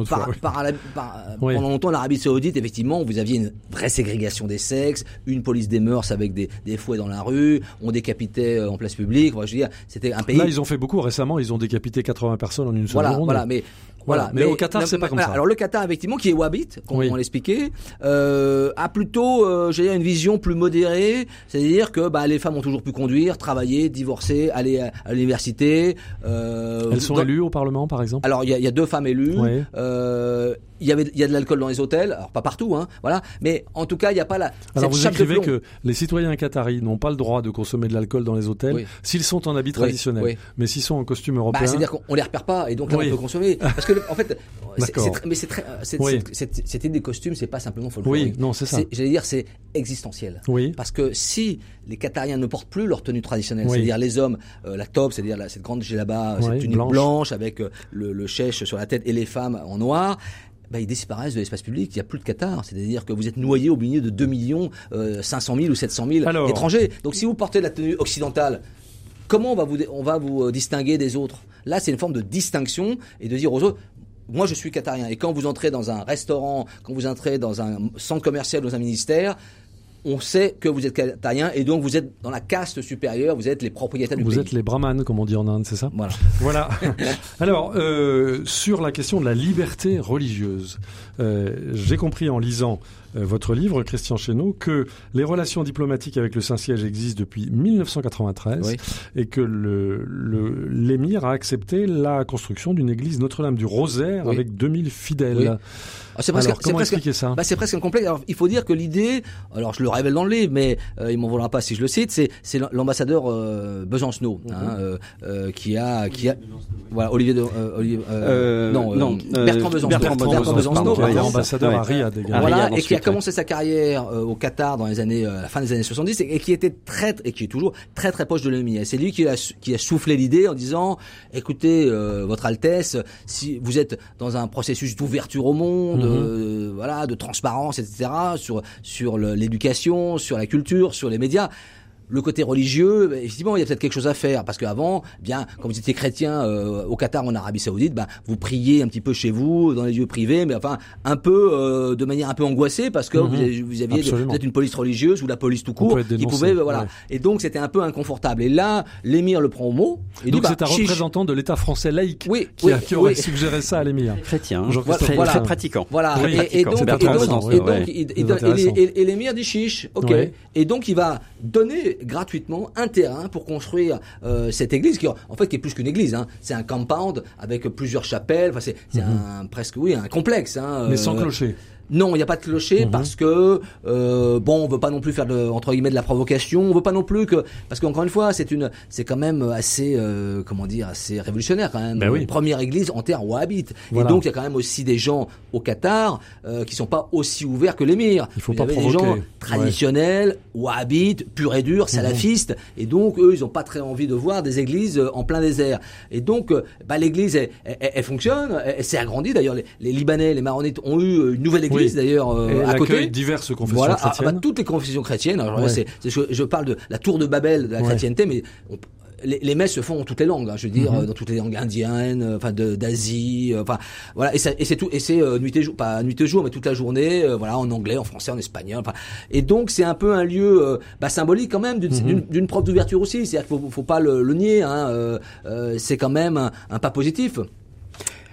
l'Arabie saoudite, effectivement, vous aviez une vraie ségrégation des sexes, une police des mœurs avec des fouets dans la rue, on décapitait en place publique. Enfin, je veux dire, c'était un pays. Là, ils ont fait beaucoup récemment. Ils ont décapité 80 personnes en une seule journée. Mais au Qatar, c'est pas comme ça. Alors le Qatar, effectivement, qui est wahhabite, comme on l'expliquait, a plutôt, une vision plus modérée, c'est-à-dire que les femmes ont toujours pu conduire, travailler, divorcer, aller à l'université. Elles sont élues au Parlement, par exemple. Alors il y a 2 femmes élues. Oui. Il y a de l'alcool dans les hôtels, alors pas partout, voilà, mais en tout cas il n'y a pas la. Alors vous écrivez que les citoyens qataris n'ont pas le droit de consommer de l'alcool dans les hôtels s'ils sont en habit traditionnel, mais s'ils sont en costume européen. C'est-à-dire qu'on les repère pas et donc là on peut consommer parce que en fait, cette idée des costumes, c'est pas simplement folklorique. Oui, non, c'est ça. J'allais dire c'est existentiel. Oui. Parce que si les Qatariens ne portent plus leur tenue traditionnelle, c'est-à-dire les hommes la tobe, c'est-à-dire cette grande djellaba, cette tunique blanche avec le chèche sur la tête et les femmes en noir. Ils disparaissent de l'espace public, il n'y a plus de Qatar. C'est-à-dire que vous êtes noyé au milieu de 2 500 000 ou 700 000 étrangers. Donc si vous portez la tenue occidentale, comment on va vous distinguer des autres ? Là, c'est une forme de distinction et de dire aux autres, moi je suis qatarien. Et quand vous entrez dans un restaurant, quand vous entrez dans un centre commercial, dans un ministère, on sait que vous êtes qatarien et donc vous êtes dans la caste supérieure, vous êtes les propriétaires du pays. Vous êtes les brahmanes, comme on dit en Inde, c'est ça ? Voilà. Alors, sur la question de la liberté religieuse, j'ai compris en lisant votre livre, Christian Chesneau, que les relations diplomatiques avec le Saint-Siège existent depuis 1993 et que l'émir a accepté la construction d'une église Notre-Dame du Rosaire avec 2000 fidèles. Comment expliquer ça ? C'est presque un complexe. Alors, il faut dire que l'idée, alors je le révèle dans le livre, mais il m'en voudra pas si je le cite, c'est l'ambassadeur Besancenot qui a voilà, Bertrand Besancenot, ambassadeur à Riyad également. Voilà, et qui a commencé sa carrière au Qatar dans les années, la fin des années 70 et qui était et qui est toujours très très proche de l'émir. C'est lui qui a soufflé l'idée en disant, écoutez, Votre Altesse, si vous êtes dans un processus d'ouverture au monde, de transparence, etc., sur l'éducation, sur la culture, sur les médias. Le côté religieux, effectivement, il y a peut-être quelque chose à faire parce qu'avant, quand vous étiez chrétien au Qatar, en Arabie Saoudite, vous priez un petit peu chez vous, dans les lieux privés, mais enfin un peu de manière un peu angoissée parce que vous aviez peut-être une police religieuse ou la police tout court qui pouvait, Et donc c'était un peu inconfortable. Et là, l'émir le prend au mot. Et donc c'est un représentant de l'État français laïque qui aurait suggéré ça à l'émir. Chrétien, très pratiquant. Voilà. Et l'émir dit chiche, ok. Et donc il va donner gratuitement un terrain pour construire cette église qui est plus qu'une église, c'est un compound avec plusieurs chapelles, c'est un complexe, mais sans clocher. Non, il n'y a pas de clocher parce que on veut pas non plus faire entre guillemets de la provocation, on veut pas non plus parce qu'encore une fois, c'est quand même assez assez révolutionnaire quand même. Une première église en terre wahhabite. Et donc il y a quand même aussi des gens au Qatar qui sont pas aussi ouverts que l'émir. Il faut pas provoquer. Des gens traditionnels, wahhabites, purs et durs, salafistes, et donc eux ils ont pas très envie de voir des églises en plein désert. Et donc l'église elle fonctionne, elle s'est agrandie d'ailleurs. Les Libanais, les Maronites ont eu une nouvelle église. D'ailleurs à côté diverses confessions chrétiennes. Toutes les confessions chrétiennes. Alors je parle de la tour de Babel de la chrétienneté, mais les messes se font en toutes les langues, je veux dire dans toutes les langues indiennes, d'Asie, et c'est tout, et c'est nuit et jour, pas nuit et jour, mais toute la journée, en anglais, en français, en espagnol, et donc c'est un peu un lieu symbolique quand même d'une preuve d'ouverture aussi, c'est-à-dire qu'il faut pas le nier, c'est quand même un pas positif.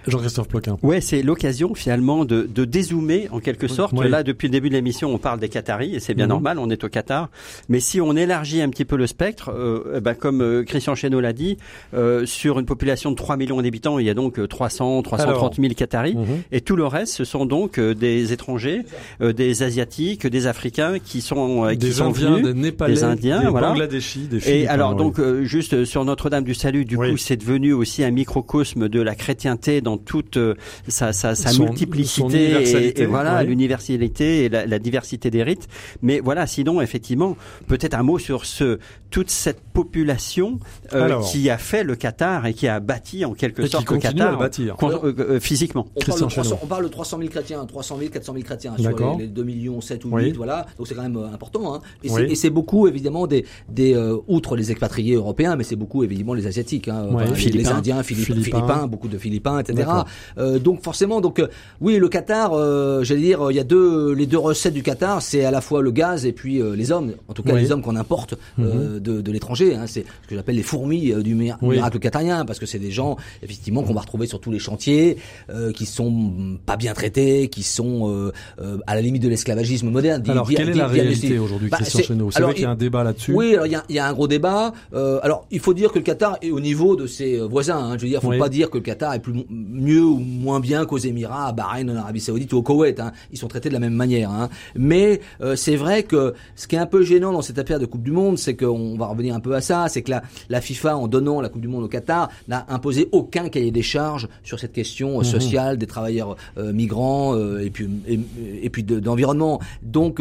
Jean-Christophe Ploquin. Ouais, c'est l'occasion finalement de dézoomer en quelque sorte. Oui. Là, depuis le début de l'émission, on parle des Qataris et c'est bien normal, on est au Qatar. Mais si on élargit un petit peu le spectre, comme Christian Chesneau l'a dit, sur une population de 3 millions d'habitants, il y a donc 330 000 Qataris. Et tout le reste, ce sont donc des étrangers, des Asiatiques, des Africains qui sont des Indiens, venus, des Népalais, des Indiens, des voilà. Bangladeshis, des Philippins. Et alors donc juste sur Notre-Dame du Salut, du coup, c'est devenu aussi un microcosme de la chrétienté dans toute sa multiplicité et voilà l'universalité et la diversité des rites. Mais voilà, sinon effectivement, peut-être un mot sur toute cette population qui a fait le Qatar et qui a bâti en quelque sorte le Qatar à le bâtir. Physiquement. On parle de 300 000 chrétiens, 300 000, 400 000 chrétiens sur les 2 millions 7 ou 8, voilà. Donc c'est quand même important, hein. Et c'est beaucoup évidemment des outre les expatriés européens, mais c'est beaucoup évidemment les asiatiques, hein. Les Indiens, Philippins, beaucoup de Philippins, etc. Donc forcément, oui, le Qatar, j'allais dire, il y a les deux recettes du Qatar, c'est à la fois le gaz et puis les hommes, en tout cas les hommes qu'on importe de l'étranger, hein. C'est ce que j'appelle les fourmis du miracle qatarien, parce que c'est des gens effectivement qu'on va retrouver sur tous les chantiers, qui sont pas bien traités, qui sont à la limite de l'esclavagisme moderne. Alors quelle est la réalité aujourd'hui, Christian Chesneau? C'est vrai qu'il y a un débat là-dessus. Oui, alors il y a un gros débat. Alors il faut dire que le Qatar est au niveau de ses voisins, hein. Je veux dire, faut pas dire que le Qatar est mieux ou moins bien qu'aux Émirats, à Bahreïn, en Arabie Saoudite ou au Koweït, hein. Ils sont traités de la même manière, hein. Mais c'est vrai que ce qui est un peu gênant dans cette affaire de Coupe du Monde, c'est qu'on va revenir un peu à ça, c'est que la FIFA, en donnant la Coupe du Monde au Qatar, n'a imposé aucun cahier des charges sur cette question sociale des travailleurs migrants et puis d'environnement. Donc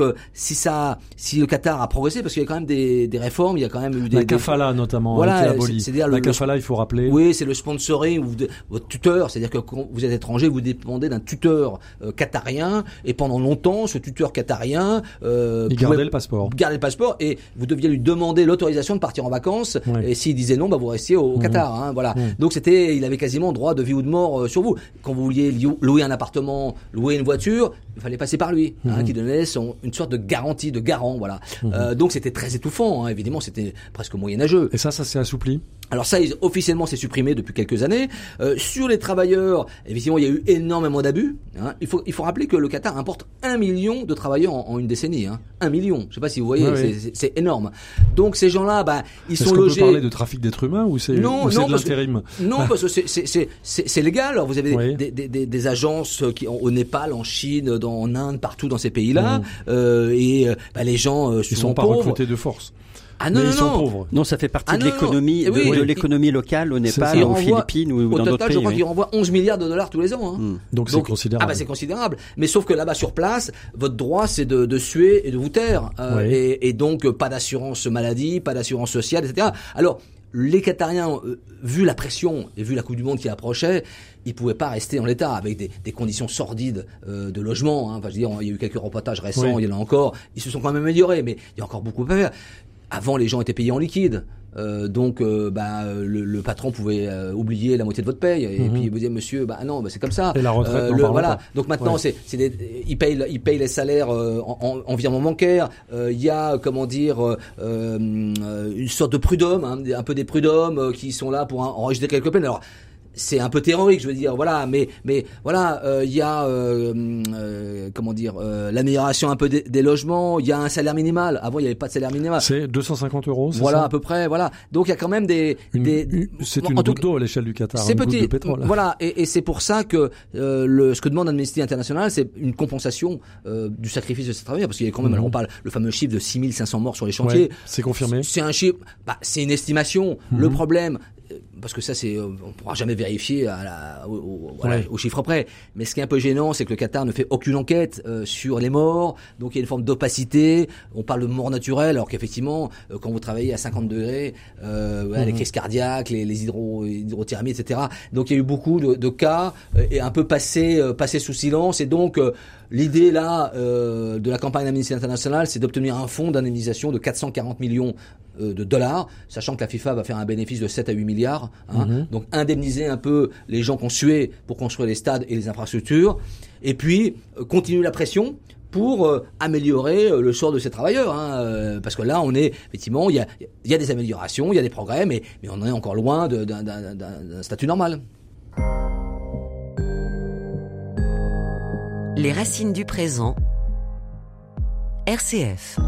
si le Qatar a progressé, parce qu'il y a quand même des réformes, il y a quand même eu la kafala notamment a été abolie. C'est-à-dire la kafala, il faut rappeler. Oui, c'est le sponsoring votre tuteur, c'est-à-dire que quand vous êtes étranger, vous dépendez d'un tuteur qatarien, et pendant longtemps, ce tuteur qatarien il gardait le passeport. Gardait le passeport, et vous deviez lui demander l'autorisation de partir en vacances, et s'il disait non, vous restiez au Qatar, hein, voilà. Donc il avait quasiment droit de vie ou de mort sur vous. Quand vous vouliez louer un appartement, louer une voiture, il fallait passer par lui, qui donnait une sorte de garantie, de garant, voilà. Donc c'était très étouffant, hein, évidemment, c'était presque moyenâgeux. Et ça s'est assoupli? Alors ça, officiellement, c'est supprimé depuis quelques années. Sur les travailleurs, effectivement, il y a eu énormément d'abus, hein. Il faut rappeler que le Qatar importe 1 million de travailleurs en une décennie, hein. 1 million. Je sais pas si vous voyez, c'est énorme. Donc ces gens-là, ils sont logés. Est-ce qu'on peut parler de trafic d'être humain ou c'est de l'intérim? Non, parce que c'est légal. Alors vous avez des agences au Népal, en Chine, en Inde, partout dans ces pays-là, les gens ils sont pas recrutés de force. Ah non, pauvres. Non, ça fait partie de l'économie, de l'économie locale au Népal, aux Philippines ou dans d'autres pays. Je crois qu'ils renvoient 11 milliards de dollars tous les ans, hein. Donc c'est considérable. C'est considérable. Mais sauf que là-bas sur place, votre droit c'est de suer et de vous taire. Et donc pas d'assurance maladie, pas d'assurance sociale, etc. Alors, les Qatariens, vu la pression et vu la Coupe du Monde qui approchait, ils pouvaient pas rester en l'état avec des conditions sordides de logement, hein. Enfin, je veux dire, il y a eu quelques reportages récents, il y en a encore. Ils se sont quand même améliorés, mais il y a encore beaucoup à faire. Avant, les gens étaient payés en liquide. Donc le patron pouvait oublier la moitié de votre paye et puis vous dire monsieur non c'est comme ça. Et la retraite, voilà. Donc maintenant ils payent les salaires en virement bancaire. Il y a une sorte de prud'homme, hein, un peu des prud'hommes qui sont là pour enregistrer quelques peines. Alors c'est un peu théorique, je veux dire, voilà, mais voilà, il y a l'amélioration un peu des logements, il y a un salaire minimal. Avant, il n'y avait pas de salaire minimal. C'est 250 €, c'est voilà, ça à peu près, voilà. Donc il y a quand même c'est une goutte d'eau à l'échelle du Qatar, c'est petit, goutte de pétrole. Voilà, et c'est pour ça que ce que demande Amnesty International, c'est une compensation du sacrifice de ces travailleurs, parce qu'il y a quand même, alors on parle le fameux chiffre de 6500 morts sur les chantiers. Ouais, c'est confirmé. C'est un chiffre, c'est une estimation. Le problème, parce que ça on pourra jamais vérifier au chiffre près, mais ce qui est un peu gênant, c'est que le Qatar ne fait aucune enquête sur les morts, donc il y a une forme d'opacité. On parle de mort naturelle, alors qu'effectivement quand vous travaillez à 50 degrés, les crises cardiaques, les hydrothermies, etc. Donc il y a eu beaucoup de cas et un peu passé sous silence, et donc l'idée là de la campagne d'Amnesty International, c'est d'obtenir un fonds d'indemnisation de 440 millions de dollars, sachant que la FIFA va faire un bénéfice de 7 à 8 milliards, hein. Donc indemniser un peu les gens qui ont sué pour construire les stades et les infrastructures, et puis continuer la pression pour améliorer le sort de ces travailleurs, hein, parce que là on est effectivement, il y a des améliorations, il y a des progrès, mais on est encore loin d'un statut normal. Les racines du présent. RCF.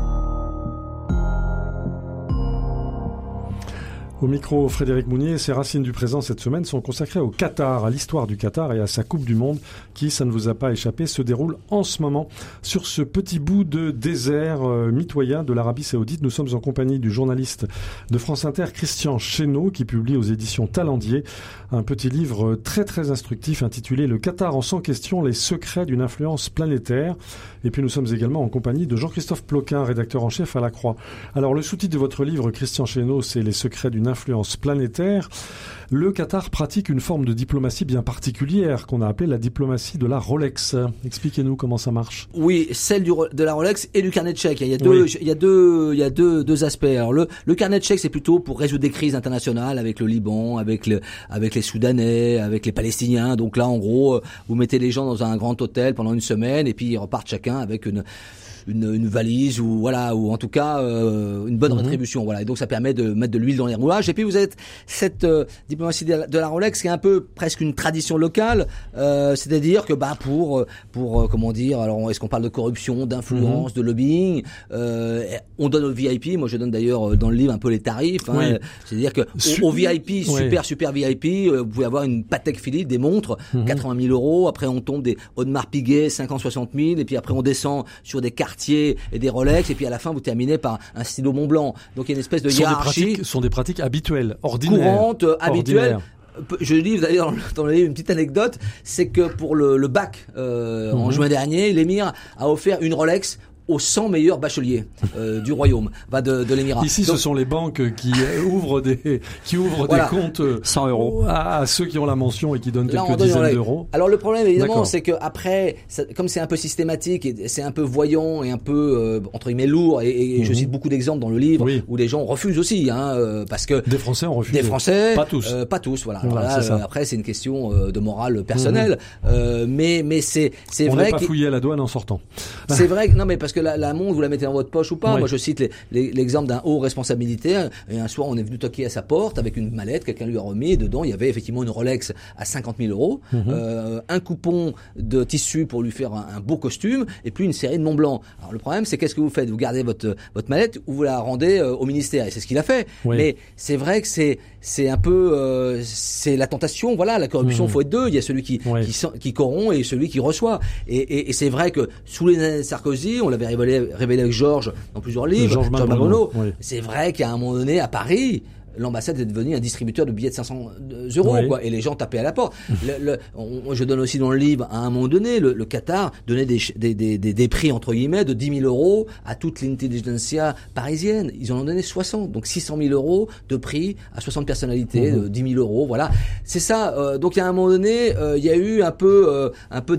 Au micro, Frédéric Mounier, ces racines du présent cette semaine sont consacrées au Qatar, à l'histoire du Qatar et à sa Coupe du Monde qui, ça ne vous a pas échappé, se déroule en ce moment sur ce petit bout de désert mitoyen de l'Arabie Saoudite. Nous sommes en compagnie du journaliste de France Inter, Christian Chesneau, qui publie aux éditions Talendier un petit livre très très instructif intitulé « Le Qatar en 100 questions, les secrets d'une influence planétaire ». Et puis nous sommes également en compagnie de Jean-Christophe Ploquin, rédacteur en chef à La Croix. Alors le sous-titre de votre livre, Christian Chesneau, c'est « Les secrets d'une influence planétaire ». Le Qatar pratique une forme de diplomatie bien particulière qu'on a appelée la diplomatie de la Rolex. Expliquez-nous comment ça marche. Oui, celle de la Rolex et du carnet de chèques. Il y a deux aspects. Alors le carnet de chèques, c'est plutôt pour résoudre des crises internationales avec le Liban, avec les Soudanais, avec les Palestiniens. Donc là, en gros, vous mettez les gens dans un grand hôtel pendant une semaine et puis ils repartent chacun avec une valise ou en tout cas une bonne rétribution, voilà. Et donc ça permet de mettre de l'huile dans les rouages. Et puis vous êtes cette diplomatie de la Rolex qui est un peu presque une tradition locale, c'est-à-dire que pour comment dire, alors est-ce qu'on parle de corruption, d'influence, de lobbying, on donne aux VIP. Moi je donne d'ailleurs dans le livre un peu les tarifs, oui. C'est-à-dire que au VIP, super VIP, vous pouvez avoir une Patek Philippe, des montres, 80 000 €. Après on tombe des Audemars Piguet, 50-60 000, et puis après on descend sur des cartes et des Rolex, et puis à la fin vous terminez par un stylo Montblanc. Donc il y a une espèce de hiérarchie. Ce sont des pratiques habituelles, ordinaires. Courantes, habituelles. Je livre d'ailleurs dans le livre une petite anecdote, c'est que pour le bac en juin dernier, l'émir a offert une Rolex aux 100 meilleurs bacheliers du royaume, de l'émirat. Ici, donc, ce sont les banques qui ouvrent des comptes 100 € à ceux qui ont la mention et qui donnent quelques dizaines d'euros. Alors le problème évidemment, c'est que après, comme c'est un peu systématique et c'est un peu voyant et un peu entre guillemets lourd, et je cite beaucoup d'exemples dans le livre où les gens refusent aussi, parce que des Français ont refusé. Des Français, pas tous, voilà. C'est ça. Après, c'est une question de morale personnelle, mais c'est on vrai. On n'est pas fouillé à la douane en sortant. C'est vrai que non, mais parce que la montre, vous la mettez dans votre poche ou pas. Oui. Moi, je cite l'exemple d'un haut responsable militaire. Et un soir, on est venu toquer à sa porte avec une mallette. Quelqu'un lui a remis. Et dedans, il y avait effectivement une Rolex à 50 000 €, un coupon de tissu pour lui faire un beau costume, et puis une série de Mont Blanc. Alors, le problème, c'est qu'est-ce que vous faites? Vous gardez votre mallette ou vous la rendez au ministère. Et c'est ce qu'il a fait. Oui. Mais c'est vrai que c'est un peu, c'est la tentation. Voilà, la corruption, faut être deux. Il y a celui qui corrompt et celui qui reçoit. Et c'est vrai que sous les années de Sarkozy, on l'avait révélé avec Georges dans plusieurs livres, Georges Malbruno. C'est vrai qu'à un moment donné, à Paris, l'ambassade est devenue un distributeur de billets de 500 €, quoi, et les gens tapaient à la porte. Je donne aussi dans le livre, à un moment donné, le Qatar donnait des prix, entre guillemets, de 10 000 € à toute l'intelligentsia parisienne. Ils en ont donné 60, donc 600 000 € de prix à 60 personnalités, de 10 000 €, voilà. C'est ça, donc à un moment donné, il y a eu un peu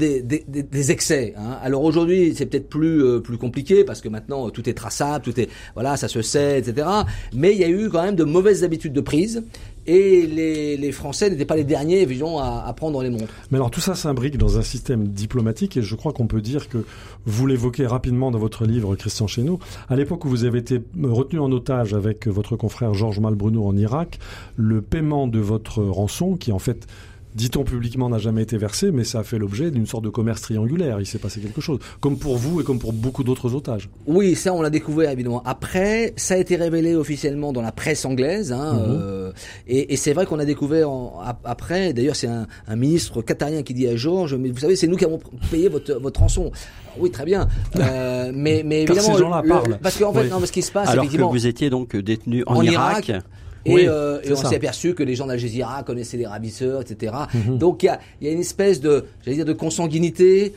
des excès, Alors aujourd'hui, c'est peut-être plus compliqué, parce que maintenant, tout est traçable, ça se sait, etc. Mais il y a eu quand même de mauvaises habitudes de prise, et les Français n'étaient pas les derniers, évidemment, à prendre les montres. Mais alors tout ça s'imbrique dans un système diplomatique, et je crois qu'on peut dire que vous l'évoquez rapidement dans votre livre, Christian Chesneau. À l'époque où vous avez été retenu en otage avec votre confrère Georges Malbruno en Irak, le paiement de votre rançon, qui en fait, dit-on publiquement, n'a jamais été versé, mais ça a fait l'objet d'une sorte de commerce triangulaire. Il s'est passé quelque chose, comme pour vous et comme pour beaucoup d'autres otages. Oui, ça on l'a découvert évidemment. Après, ça a été révélé officiellement dans la presse anglaise, et c'est vrai qu'on a découvert après. D'ailleurs, c'est un ministre qatarien qui dit à Georges, mais vous savez, c'est nous qui avons payé votre rançon. Alors, oui, très bien, mais évidemment, ces gens-là parlent. Parce qu'en fait, non, ce qui se passe, alors effectivement, que vous étiez donc détenu en Irak. Et on s'est aperçu que les gens d'Al Jazeera connaissaient les ravisseurs, etc. Donc il y a une espèce de consanguinité,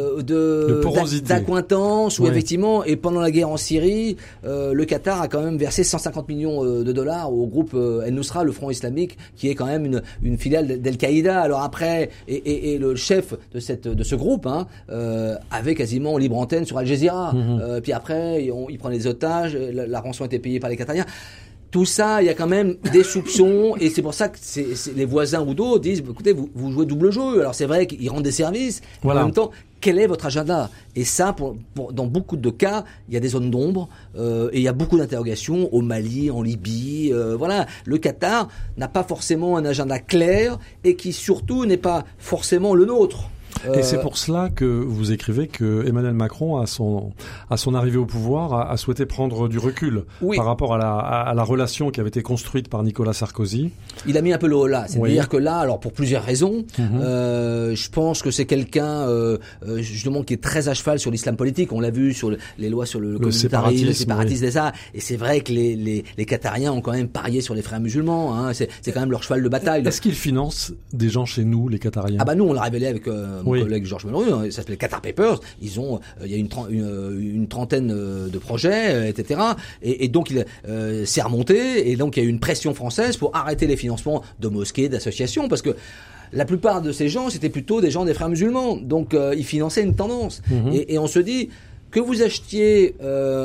d'acquaintance, où effectivement, et pendant la guerre en Syrie, le Qatar a quand même versé 150 millions de dollars au groupe El-Nusra, le Front islamique, qui est quand même une filiale d'Al-Qaïda. Alors après, et le chef de ce groupe avait quasiment libre antenne sur Al Jazeera. Puis après, il prenait des otages, la rançon était payée par les Qatariens. Tout ça, il y a quand même des soupçons, et c'est pour ça que les voisins ou d'autres disent, écoutez, vous jouez double jeu. Alors c'est vrai qu'ils rendent des services, mais en même temps, quel est votre agenda? Et ça, dans beaucoup de cas, il y a des zones d'ombre, et il y a beaucoup d'interrogations au Mali, en Libye, voilà. Le Qatar n'a pas forcément un agenda clair, et qui surtout n'est pas forcément le nôtre. Et c'est pour cela que vous écrivez que Emmanuel Macron, à son arrivée au pouvoir, a souhaité prendre du recul par rapport à la relation qui avait été construite par Nicolas Sarkozy. Il a mis un peu le haut là. C'est-à-dire que là, alors pour plusieurs raisons, je pense que c'est quelqu'un justement qui est très à cheval sur l'islam politique. On l'a vu sur les lois sur le communautarisme, le séparatisme et ça. Et c'est vrai que les Qatariens ont quand même parié sur les frères musulmans. Hein. C'est quand même leur cheval de bataille. Est-ce qu'ils financent des gens chez nous, les Qatariens? Ah bah nous on l'a révélé avec mon collègue Georges Melleru. Hein. Ça s'appelle Qatar Papers. Ils ont, il y a une trentaine de projets, etc. Et donc c'est remonté. Et donc il y a eu une pression française pour arrêter les financements de mosquées, d'associations, parce que la plupart de ces gens, c'était plutôt des gens des frères musulmans. Donc ils finançaient une tendance. Et on se dit que vous achetiez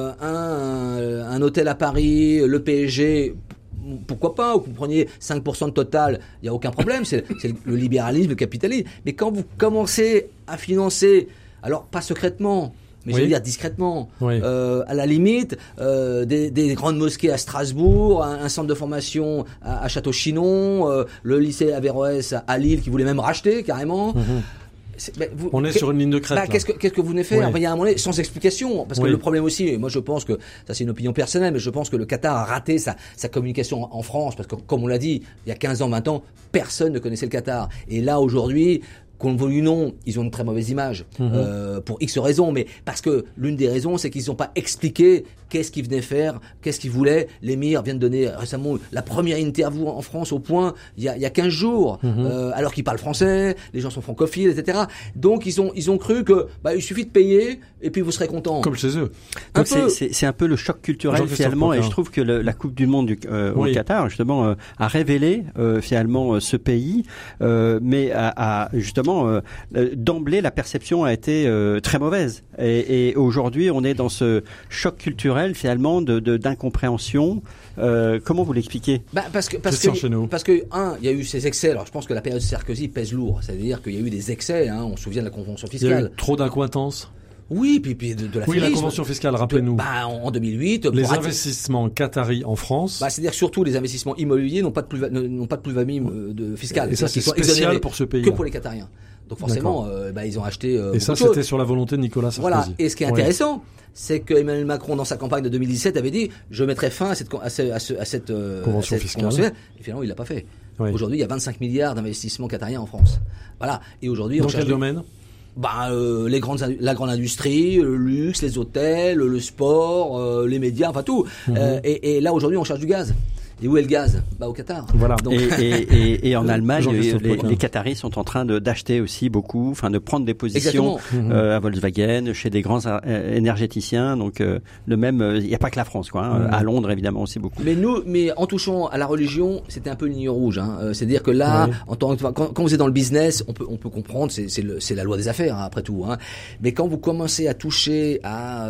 un hôtel à Paris, le PSG, pourquoi pas, ou que vous preniez 5% de Total, il n'y a aucun problème, c'est le libéralisme, le capitalisme. Mais quand vous commencez à financer, alors pas secrètement, mais je veux dire discrètement, à la limite, des grandes mosquées à Strasbourg, un centre de formation à Château-Chinon, le lycée Averroès à Lille qui voulait même racheter carrément. On est sur une ligne de crête. Qu'est-ce que vous venez faire? Il y a un moment donné, sans explication, parce que le problème aussi, et moi je pense que ça c'est une opinion personnelle, mais je pense que le Qatar a raté sa communication en France, parce que comme on l'a dit, il y a 15 ans, 20 ans, personne ne connaissait le Qatar. Et là aujourd'hui, qu'on le veuille ou non, ils ont une très mauvaise image pour X raisons, mais parce que l'une des raisons, c'est qu'ils n'ont pas expliqué qu'est-ce qu'ils venaient faire, qu'est-ce qu'ils voulaient. L'émir vient de donner récemment la première interview en France au Point il y a 15 jours, alors qu'ils parlent français, les gens sont francophiles, etc. Donc ils ont cru que il suffit de payer et puis vous serez content. Comme chez eux. Donc c'est un peu le choc culturel finalement, et je trouve que la Coupe du Monde au Qatar justement a révélé finalement ce pays, mais a justement d'emblée la perception a été très mauvaise, et aujourd'hui on est dans ce choc culturel finalement d'incompréhension. Comment vous l'expliquez? Parce que il y a eu ces excès. Alors je pense que la période Sarkozy pèse lourd, c'est-à-dire qu'il y a eu des excès, hein, on se souvient de la convention fiscale. Il y a eu trop d'incointance. Oui, puis de la la convention fiscale, rappelez-nous. En 2008, les investissements qataris en France. C'est-à-dire surtout les investissements immobiliers n'ont pas de plus-value fiscale. Et ça c'est spécial pour ce pays. Que pour les Qatariens. Donc forcément, ils ont acheté. Et ça, c'était sur la volonté de Nicolas Sarkozy. Voilà. Et ce qui est intéressant, c'est que Emmanuel Macron, dans sa campagne de 2017, avait dit je mettrai fin à cette convention fiscale. Et finalement, il l'a pas fait. Aujourd'hui, il y a 25 milliards d'investissements qatariens en France. Voilà. Et aujourd'hui, dans quel domaine? La grande industrie, le luxe, les hôtels, le sport, les médias, enfin tout. Et là, aujourd'hui, on cherche du gaz. Et où est le gaz? Au Qatar. Voilà. Donc... Et en Allemagne, les Qataris sont en train d'acheter aussi beaucoup, de prendre des positions à Volkswagen, chez des grands énergéticiens. Donc il n'y a pas que la France, quoi. À Londres, évidemment, aussi beaucoup. Mais en touchant à la religion, c'était un peu une ligne rouge. Hein. C'est-à-dire que là, quand vous êtes dans le business, on peut comprendre, c'est la loi des affaires, hein, après tout. Hein. Mais quand vous commencez à toucher à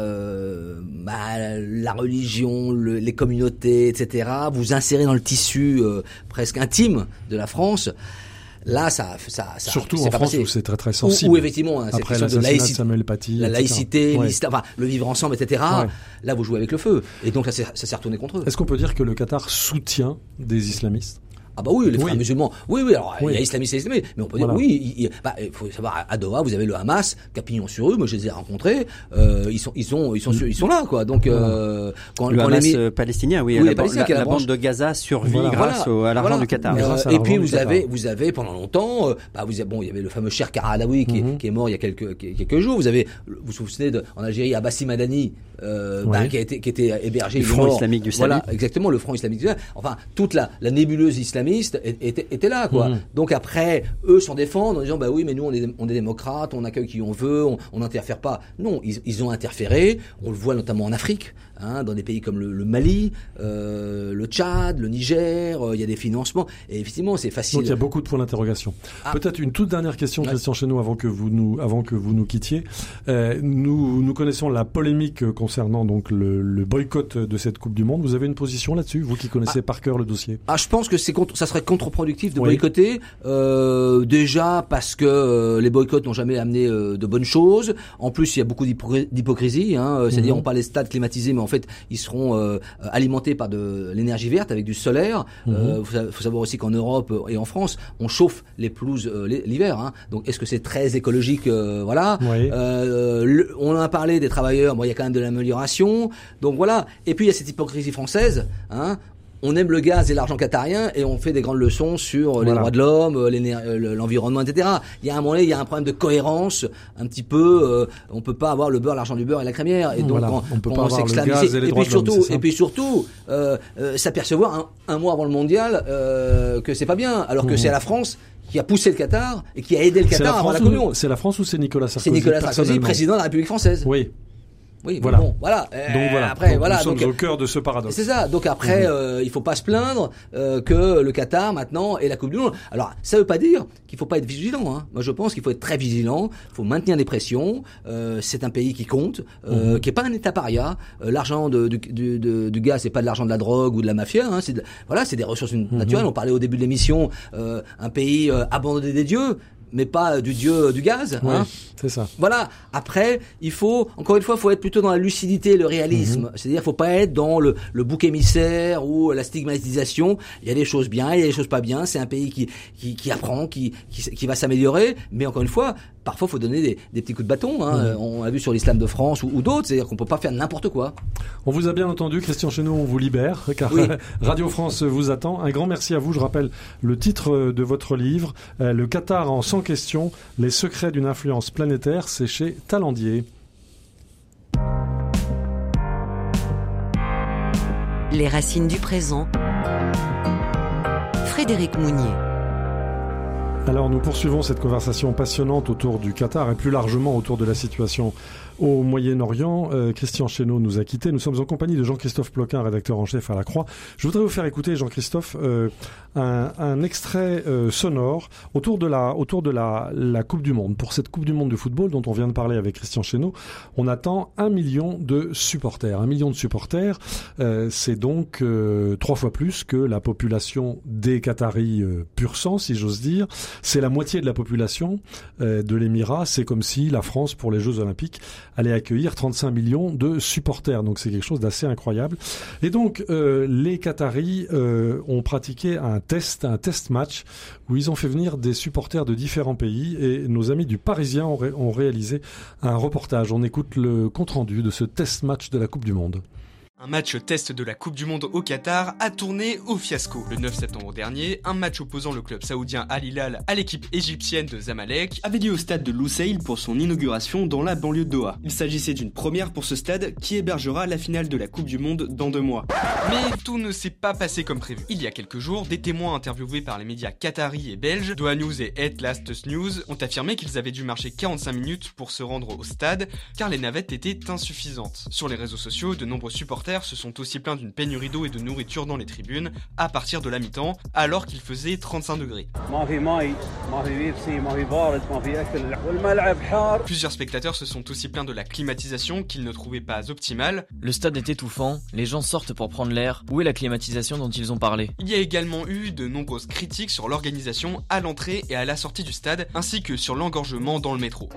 la religion, les communautés, etc., vous inséré dans le tissu presque intime de la France. Là, ça surtout en France où c'est très très sensible. Où effectivement, cette après question de laïcité, Samuel Paty, la laïcité, le vivre ensemble, etc. Là, vous jouez avec le feu. Et donc là, ça s'est retourné contre eux. Est-ce qu'on peut dire que le Qatar soutient des islamistes? Ah oui, les frères musulmans. Oui, alors il y a islamistes et islamistes, mais on peut dire il faut savoir, à Doha, vous avez le Hamas, Capignon sur rue, moi je les ai rencontrés, ils sont là, quoi. Donc quand le Hamas palestinien, la bande de Gaza survit grâce à l'argent du Qatar. Et puis vous avez pendant longtemps, il y avait le fameux Cher Karadawi qui est mort il y a quelques jours. Vous vous souvenez en Algérie, Abbassi Madani, qui était hébergé, le Front islamique du Salut. Voilà, exactement, le Front islamique du Salut. Enfin, toute la nébuleuse islamique était là, quoi. Donc après, eux s'en défendent en disant oui, mais nous on est démocrates, on accueille qui on veut, on n'interfère pas. Non, ils ont interféré. On le voit notamment en Afrique, dans des pays comme le Mali, le Tchad, le Niger. Il y a des financements et effectivement c'est facile. Donc il y a beaucoup de points d'interrogation. Peut-être une toute dernière question, Christian Chesneau, avant que vous nous quittiez. Nous connaissons la polémique concernant donc le boycott de cette Coupe du Monde. Vous avez une position là-dessus, vous qui connaissez par cœur le dossier? Je pense que c'est contre ça serait contre-productif de Oui. boycotter. Déjà parce que les boycotts n'ont jamais amené de bonnes choses. En plus, il y a beaucoup d'hypocrisie. C'est-à-dire, on parle des stades climatisés, mais en fait, ils seront alimentés par de l'énergie verte avec du solaire. Faut savoir aussi qu'en Europe et en France, on chauffe les pelouses l'hiver. Donc, est-ce que c'est très écologique? Voilà. Oui. On en a parlé des travailleurs. Bon, il y a quand même de l'amélioration. Donc voilà. Et puis il y a cette hypocrisie française. On aime le gaz et l'argent qatarien et on fait des grandes leçons sur les droits de l'homme, l'environnement, etc. Il y a un moment donné, il y a un problème de cohérence, un petit peu. On peut pas avoir le beurre, l'argent du beurre et la crémière. Et donc, on peut pas avoir le gaz et les et droits puis de l'homme, surtout, c'est ça. et puis surtout, s'apercevoir un mois avant le mondial que c'est pas bien, alors que c'est la France qui a poussé le Qatar et qui a aidé le Qatar avant la Coupe du Monde. C'est la France ou c'est Nicolas Sarkozy? C'est Nicolas Sarkozy, président de la République française. Oui. Oui, Voilà. bon, voilà. Donc voilà. Après, donc, voilà. nous sommes Donc, au cœur de ce paradoxe. c'est ça. Donc après, il faut pas se plaindre que le Qatar maintenant ait la Coupe du Monde. Alors, ça veut pas dire qu'il faut pas être vigilant. Moi, je pense qu'il faut être très vigilant. Il faut maintenir les pressions. C'est un pays qui compte, qui est pas un État paria. L'argent du gaz, c'est pas de l'argent de la drogue ou de la mafia. C'est des ressources naturelles. On parlait au début de l'émission, un pays abandonné des dieux. Mais pas du dieu du gaz. Oui, c'est ça. Voilà. Après, encore une fois, faut être plutôt dans la lucidité et le réalisme. C'est-à-dire, faut pas être dans le bouc émissaire ou la stigmatisation. Il y a des choses bien, il y a des choses pas bien. C'est un pays qui apprend, qui va s'améliorer. Mais encore une fois, parfois, faut donner des petits coups de bâton. On a vu sur l'islam de France ou d'autres. C'est-à-dire qu'on peut pas faire n'importe quoi. On vous a bien entendu, Christian Chesneau, on vous libère, car Radio France vous attend. Un grand merci à vous. Je rappelle le titre de votre livre, Le Qatar en 100 questions, les secrets d'une influence planétaire, c'est chez Talendier. Les racines du présent. Frédéric Mounier. Alors nous poursuivons cette conversation passionnante autour du Qatar et plus largement autour de la situation au Moyen-Orient. Christian Chesneau nous a quittés. Nous sommes en compagnie de Jean-Christophe Ploquin, rédacteur en chef à La Croix. Je voudrais vous faire écouter, Jean-Christophe, un extrait sonore autour de la Coupe du Monde. Pour cette Coupe du Monde de football dont on vient de parler avec Christian Chesneau, on attend 1 million de supporters. 1 million de supporters, c'est donc 3 fois plus que la population des Qataris pur sang, si j'ose dire. C'est la moitié de la population de l'Émirat. C'est comme si la France, pour les Jeux Olympiques, allait accueillir 35 millions de supporters. Donc c'est quelque chose d'assez incroyable. Et donc les Qataris ont pratiqué un test match où ils ont fait venir des supporters de différents pays et nos amis du Parisien ont réalisé un reportage. On écoute le compte-rendu de ce test match de la Coupe du Monde. Un match test de la Coupe du Monde au Qatar a tourné au fiasco. Le 9 septembre dernier, un match opposant le club saoudien Al Hilal à l'équipe égyptienne de Zamalek avait lieu au stade de Lusail pour son inauguration dans la banlieue de Doha. Il s'agissait d'une première pour ce stade qui hébergera la finale de la Coupe du Monde dans 2 mois. Mais tout ne s'est pas passé comme prévu. Il y a quelques jours, des témoins interviewés par les médias qataris et belges, Doha News et Het Laatste News, ont affirmé qu'ils avaient dû marcher 45 minutes pour se rendre au stade car les navettes étaient insuffisantes. Sur les réseaux sociaux, de nombreux supporters se sont aussi plaints d'une pénurie d'eau et de nourriture dans les tribunes à partir de la mi-temps, alors qu'il faisait 35 degrés. Plusieurs spectateurs se sont aussi plaints de la climatisation qu'ils ne trouvaient pas optimale. Le stade est étouffant, les gens sortent pour prendre l'air. Où est la climatisation dont ils ont parlé ? Il y a également eu de nombreuses critiques sur l'organisation à l'entrée et à la sortie du stade, ainsi que sur l'engorgement dans le métro.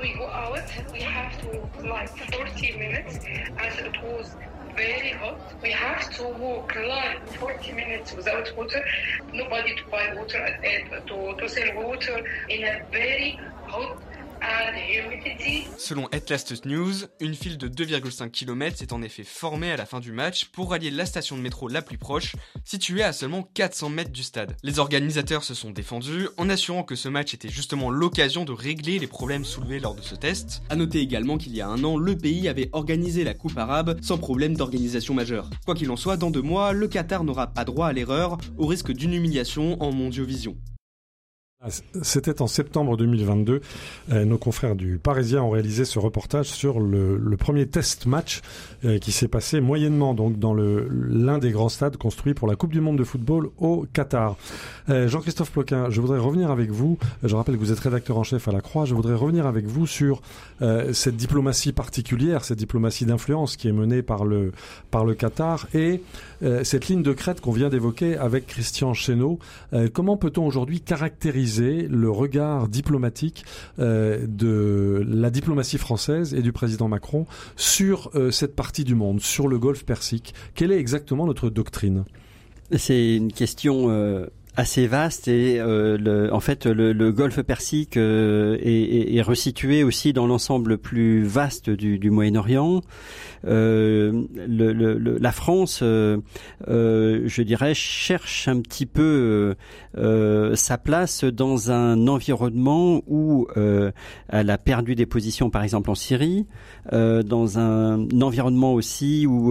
Very hot. We have to walk like 40 minutes without water. Nobody to buy water to sell water in a very hot and humidity. Selon Het Laatste News, une file de 2,5 km s'est en effet formée à la fin du match pour rallier la station de métro la plus proche, située à seulement 400 mètres du stade. Les organisateurs se sont défendus en assurant que ce match était justement l'occasion de régler les problèmes soulevés lors de ce test. À noter également qu'il y a 1 an, le pays avait organisé la Coupe arabe sans problème d'organisation majeure. Quoi qu'il en soit, dans 2 mois, le Qatar n'aura pas droit à l'erreur, au risque d'une humiliation en mondiovision. C'était en septembre 2022. Nos confrères du Parisien ont réalisé ce reportage sur le premier test match qui s'est passé moyennement donc dans l'un des grands stades construits pour la Coupe du Monde de football au Qatar. Jean-Christophe Ploquin, je voudrais revenir avec vous. Je rappelle que vous êtes rédacteur en chef à La Croix. Je voudrais revenir avec vous sur cette diplomatie particulière, cette diplomatie d'influence qui est menée par le Qatar et cette ligne de crête qu'on vient d'évoquer avec Christian Chesneau. Comment peut-on aujourd'hui caractériser le regard diplomatique de la diplomatie française et du président Macron sur cette partie du monde, sur le Golfe Persique? Quelle est exactement notre doctrine? C'est une question assez vaste et en fait le Golfe Persique est resitué aussi dans l'ensemble plus vaste du Moyen-Orient. La France, je dirais, cherche un petit peu sa place dans un environnement où elle a perdu des positions, par exemple en Syrie, dans un environnement aussi où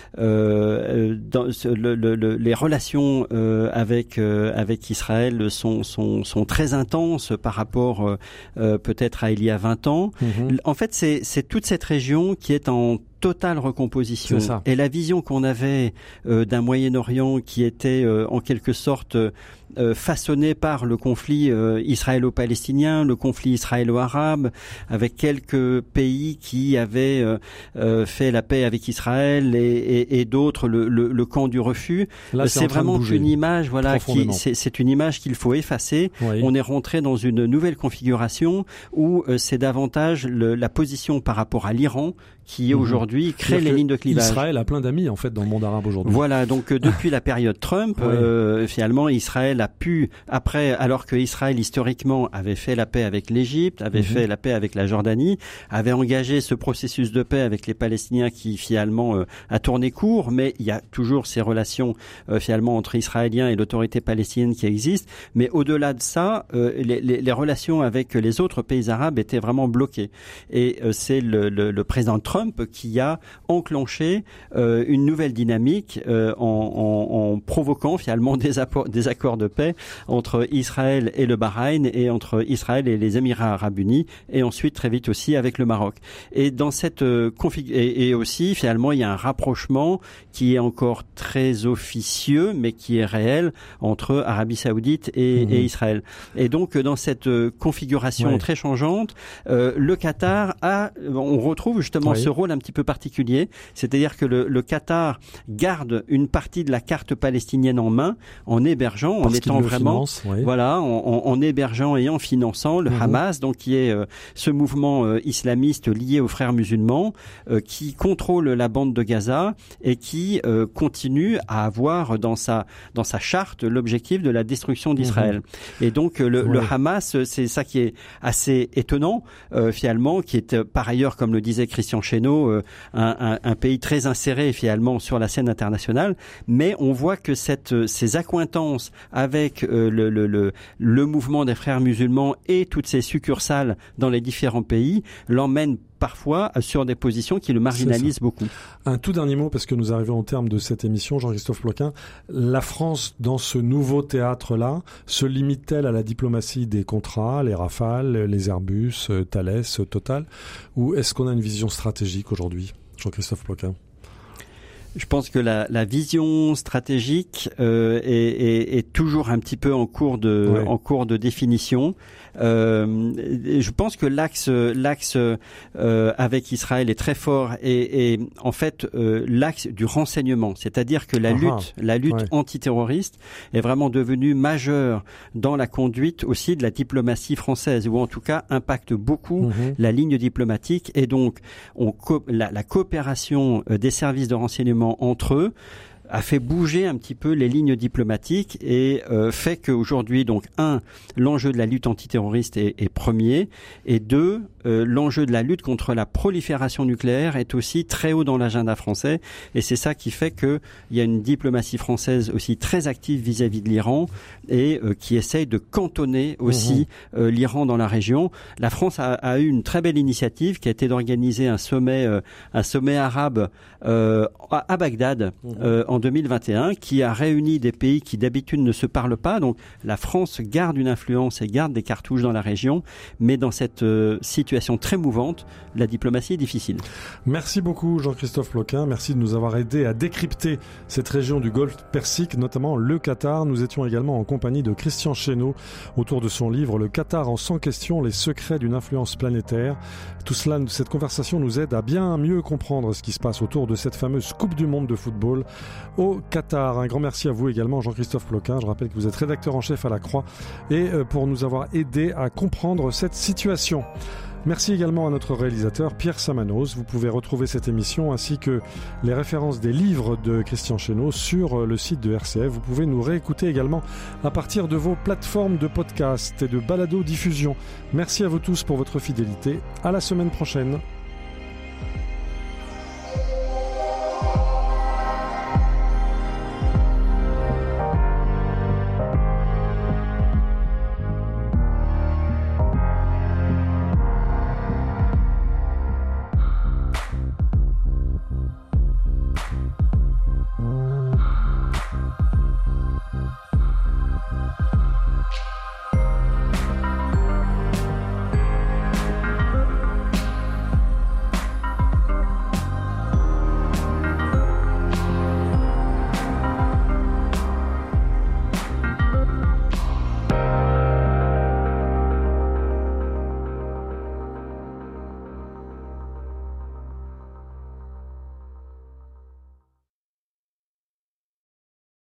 dans les relations avec Israël sont très intenses par rapport peut-être à il y a 20 ans. En fait, c'est toute cette région qui est en totale recomposition. Et la vision qu'on avait d'un Moyen-Orient qui était en quelque sorte façonné par le conflit israélo-palestinien, le conflit israélo-arabe, avec quelques pays qui avaient fait la paix avec Israël et d'autres le camp du refus. Là, c'est vraiment une image, voilà, c'est une image qu'il faut effacer. Oui. On est rentré dans une nouvelle configuration où c'est davantage la position par rapport à l'Iran qui aujourd'hui crée les lignes de clivage. Israël a plein d'amis en fait dans le monde arabe aujourd'hui. Voilà, donc depuis la période Trump, finalement Israël a pu, après, alors que Israël historiquement avait fait la paix avec l'Égypte, avait fait la paix avec la Jordanie, avait engagé ce processus de paix avec les Palestiniens qui finalement a tourné court, mais il y a toujours ces relations finalement entre Israéliens et l'autorité palestinienne qui existent. Mais au-delà de ça, les relations avec les autres pays arabes étaient vraiment bloquées. Et c'est le président Trump qui a enclenché une nouvelle dynamique en provoquant finalement des accords de paix entre Israël et le Bahreïn et entre Israël et les Émirats Arabes Unis et ensuite très vite aussi avec le Maroc. Et dans cette et aussi finalement il y a un rapprochement qui est encore très officieux mais qui est réel entre Arabie Saoudite et Israël. Et donc dans cette configuration très changeante, le Qatar on retrouve justement ce rôle un petit peu particulier, c'est-à-dire que le Qatar garde une partie de la carte palestinienne en main en hébergeant, en étant vraiment en hébergeant et en finançant le Hamas, donc qui est ce mouvement islamiste lié aux frères musulmans qui contrôle la bande de Gaza et qui continue à avoir dans sa charte l'objectif de la destruction d'Israël. Et donc le Hamas, c'est ça qui est assez étonnant finalement, qui est par ailleurs, comme le disait Christian Chesneau, un pays très inséré finalement sur la scène internationale, mais on voit que ces accointances avec le mouvement des frères musulmans et toutes ces succursales dans les différents pays l'emmènent parfois sur des positions qui le marginalisent beaucoup. Un tout dernier mot, parce que nous arrivons au terme de cette émission, Jean-Christophe Ploquin. La France, dans ce nouveau théâtre-là, se limite-t-elle à la diplomatie des contrats, les Rafales, les Airbus, Thales, Total, ou est-ce qu'on a une vision stratégique aujourd'hui, Jean-Christophe Ploquin? Je pense que la vision stratégique est toujours un petit peu en cours de définition. Je pense que l'axe avec Israël est très fort et en fait l'axe du renseignement, c'est-à-dire que la lutte antiterroriste est vraiment devenue majeure dans la conduite aussi de la diplomatie française, ou en tout cas impacte beaucoup la ligne diplomatique, et donc la coopération des services de renseignement entre eux a fait bouger un petit peu les lignes diplomatiques et fait qu'aujourd'hui, donc, l'enjeu de la lutte antiterroriste est premier, et deux, l'enjeu de la lutte contre la prolifération nucléaire est aussi très haut dans l'agenda français, et c'est ça qui fait qu'il y a une diplomatie française aussi très active vis-à-vis de l'Iran et qui essaye de cantonner aussi l'Iran dans la région. La France a eu une très belle initiative qui a été d'organiser un sommet arabe à Bagdad en 2021, qui a réuni des pays qui d'habitude ne se parlent pas. Donc la France garde une influence et garde des cartouches dans la région, mais dans cette situation très mouvante, la diplomatie est difficile. Merci beaucoup Jean-Christophe Ploquin, merci de nous avoir aidé à décrypter cette région du Golfe Persique, notamment le Qatar. Nous étions également en compagnie de Christian Chesneau autour de son livre Le Qatar en 100 questions, les secrets d'une influence planétaire. Tout cela, cette conversation nous aide à bien mieux comprendre ce qui se passe autour de cette fameuse Coupe du Monde de football au Qatar. Un grand merci à vous également Jean-Christophe Ploquin. Je rappelle que vous êtes rédacteur en chef à La Croix et pour nous avoir aidé à comprendre cette situation. Merci également à notre réalisateur Pierre Samanos. Vous pouvez retrouver cette émission ainsi que les références des livres de Christian Chesneau sur le site de RCF. Vous pouvez nous réécouter également à partir de vos plateformes de podcast et de balado-diffusion. Merci à vous tous pour votre fidélité. À la semaine prochaine.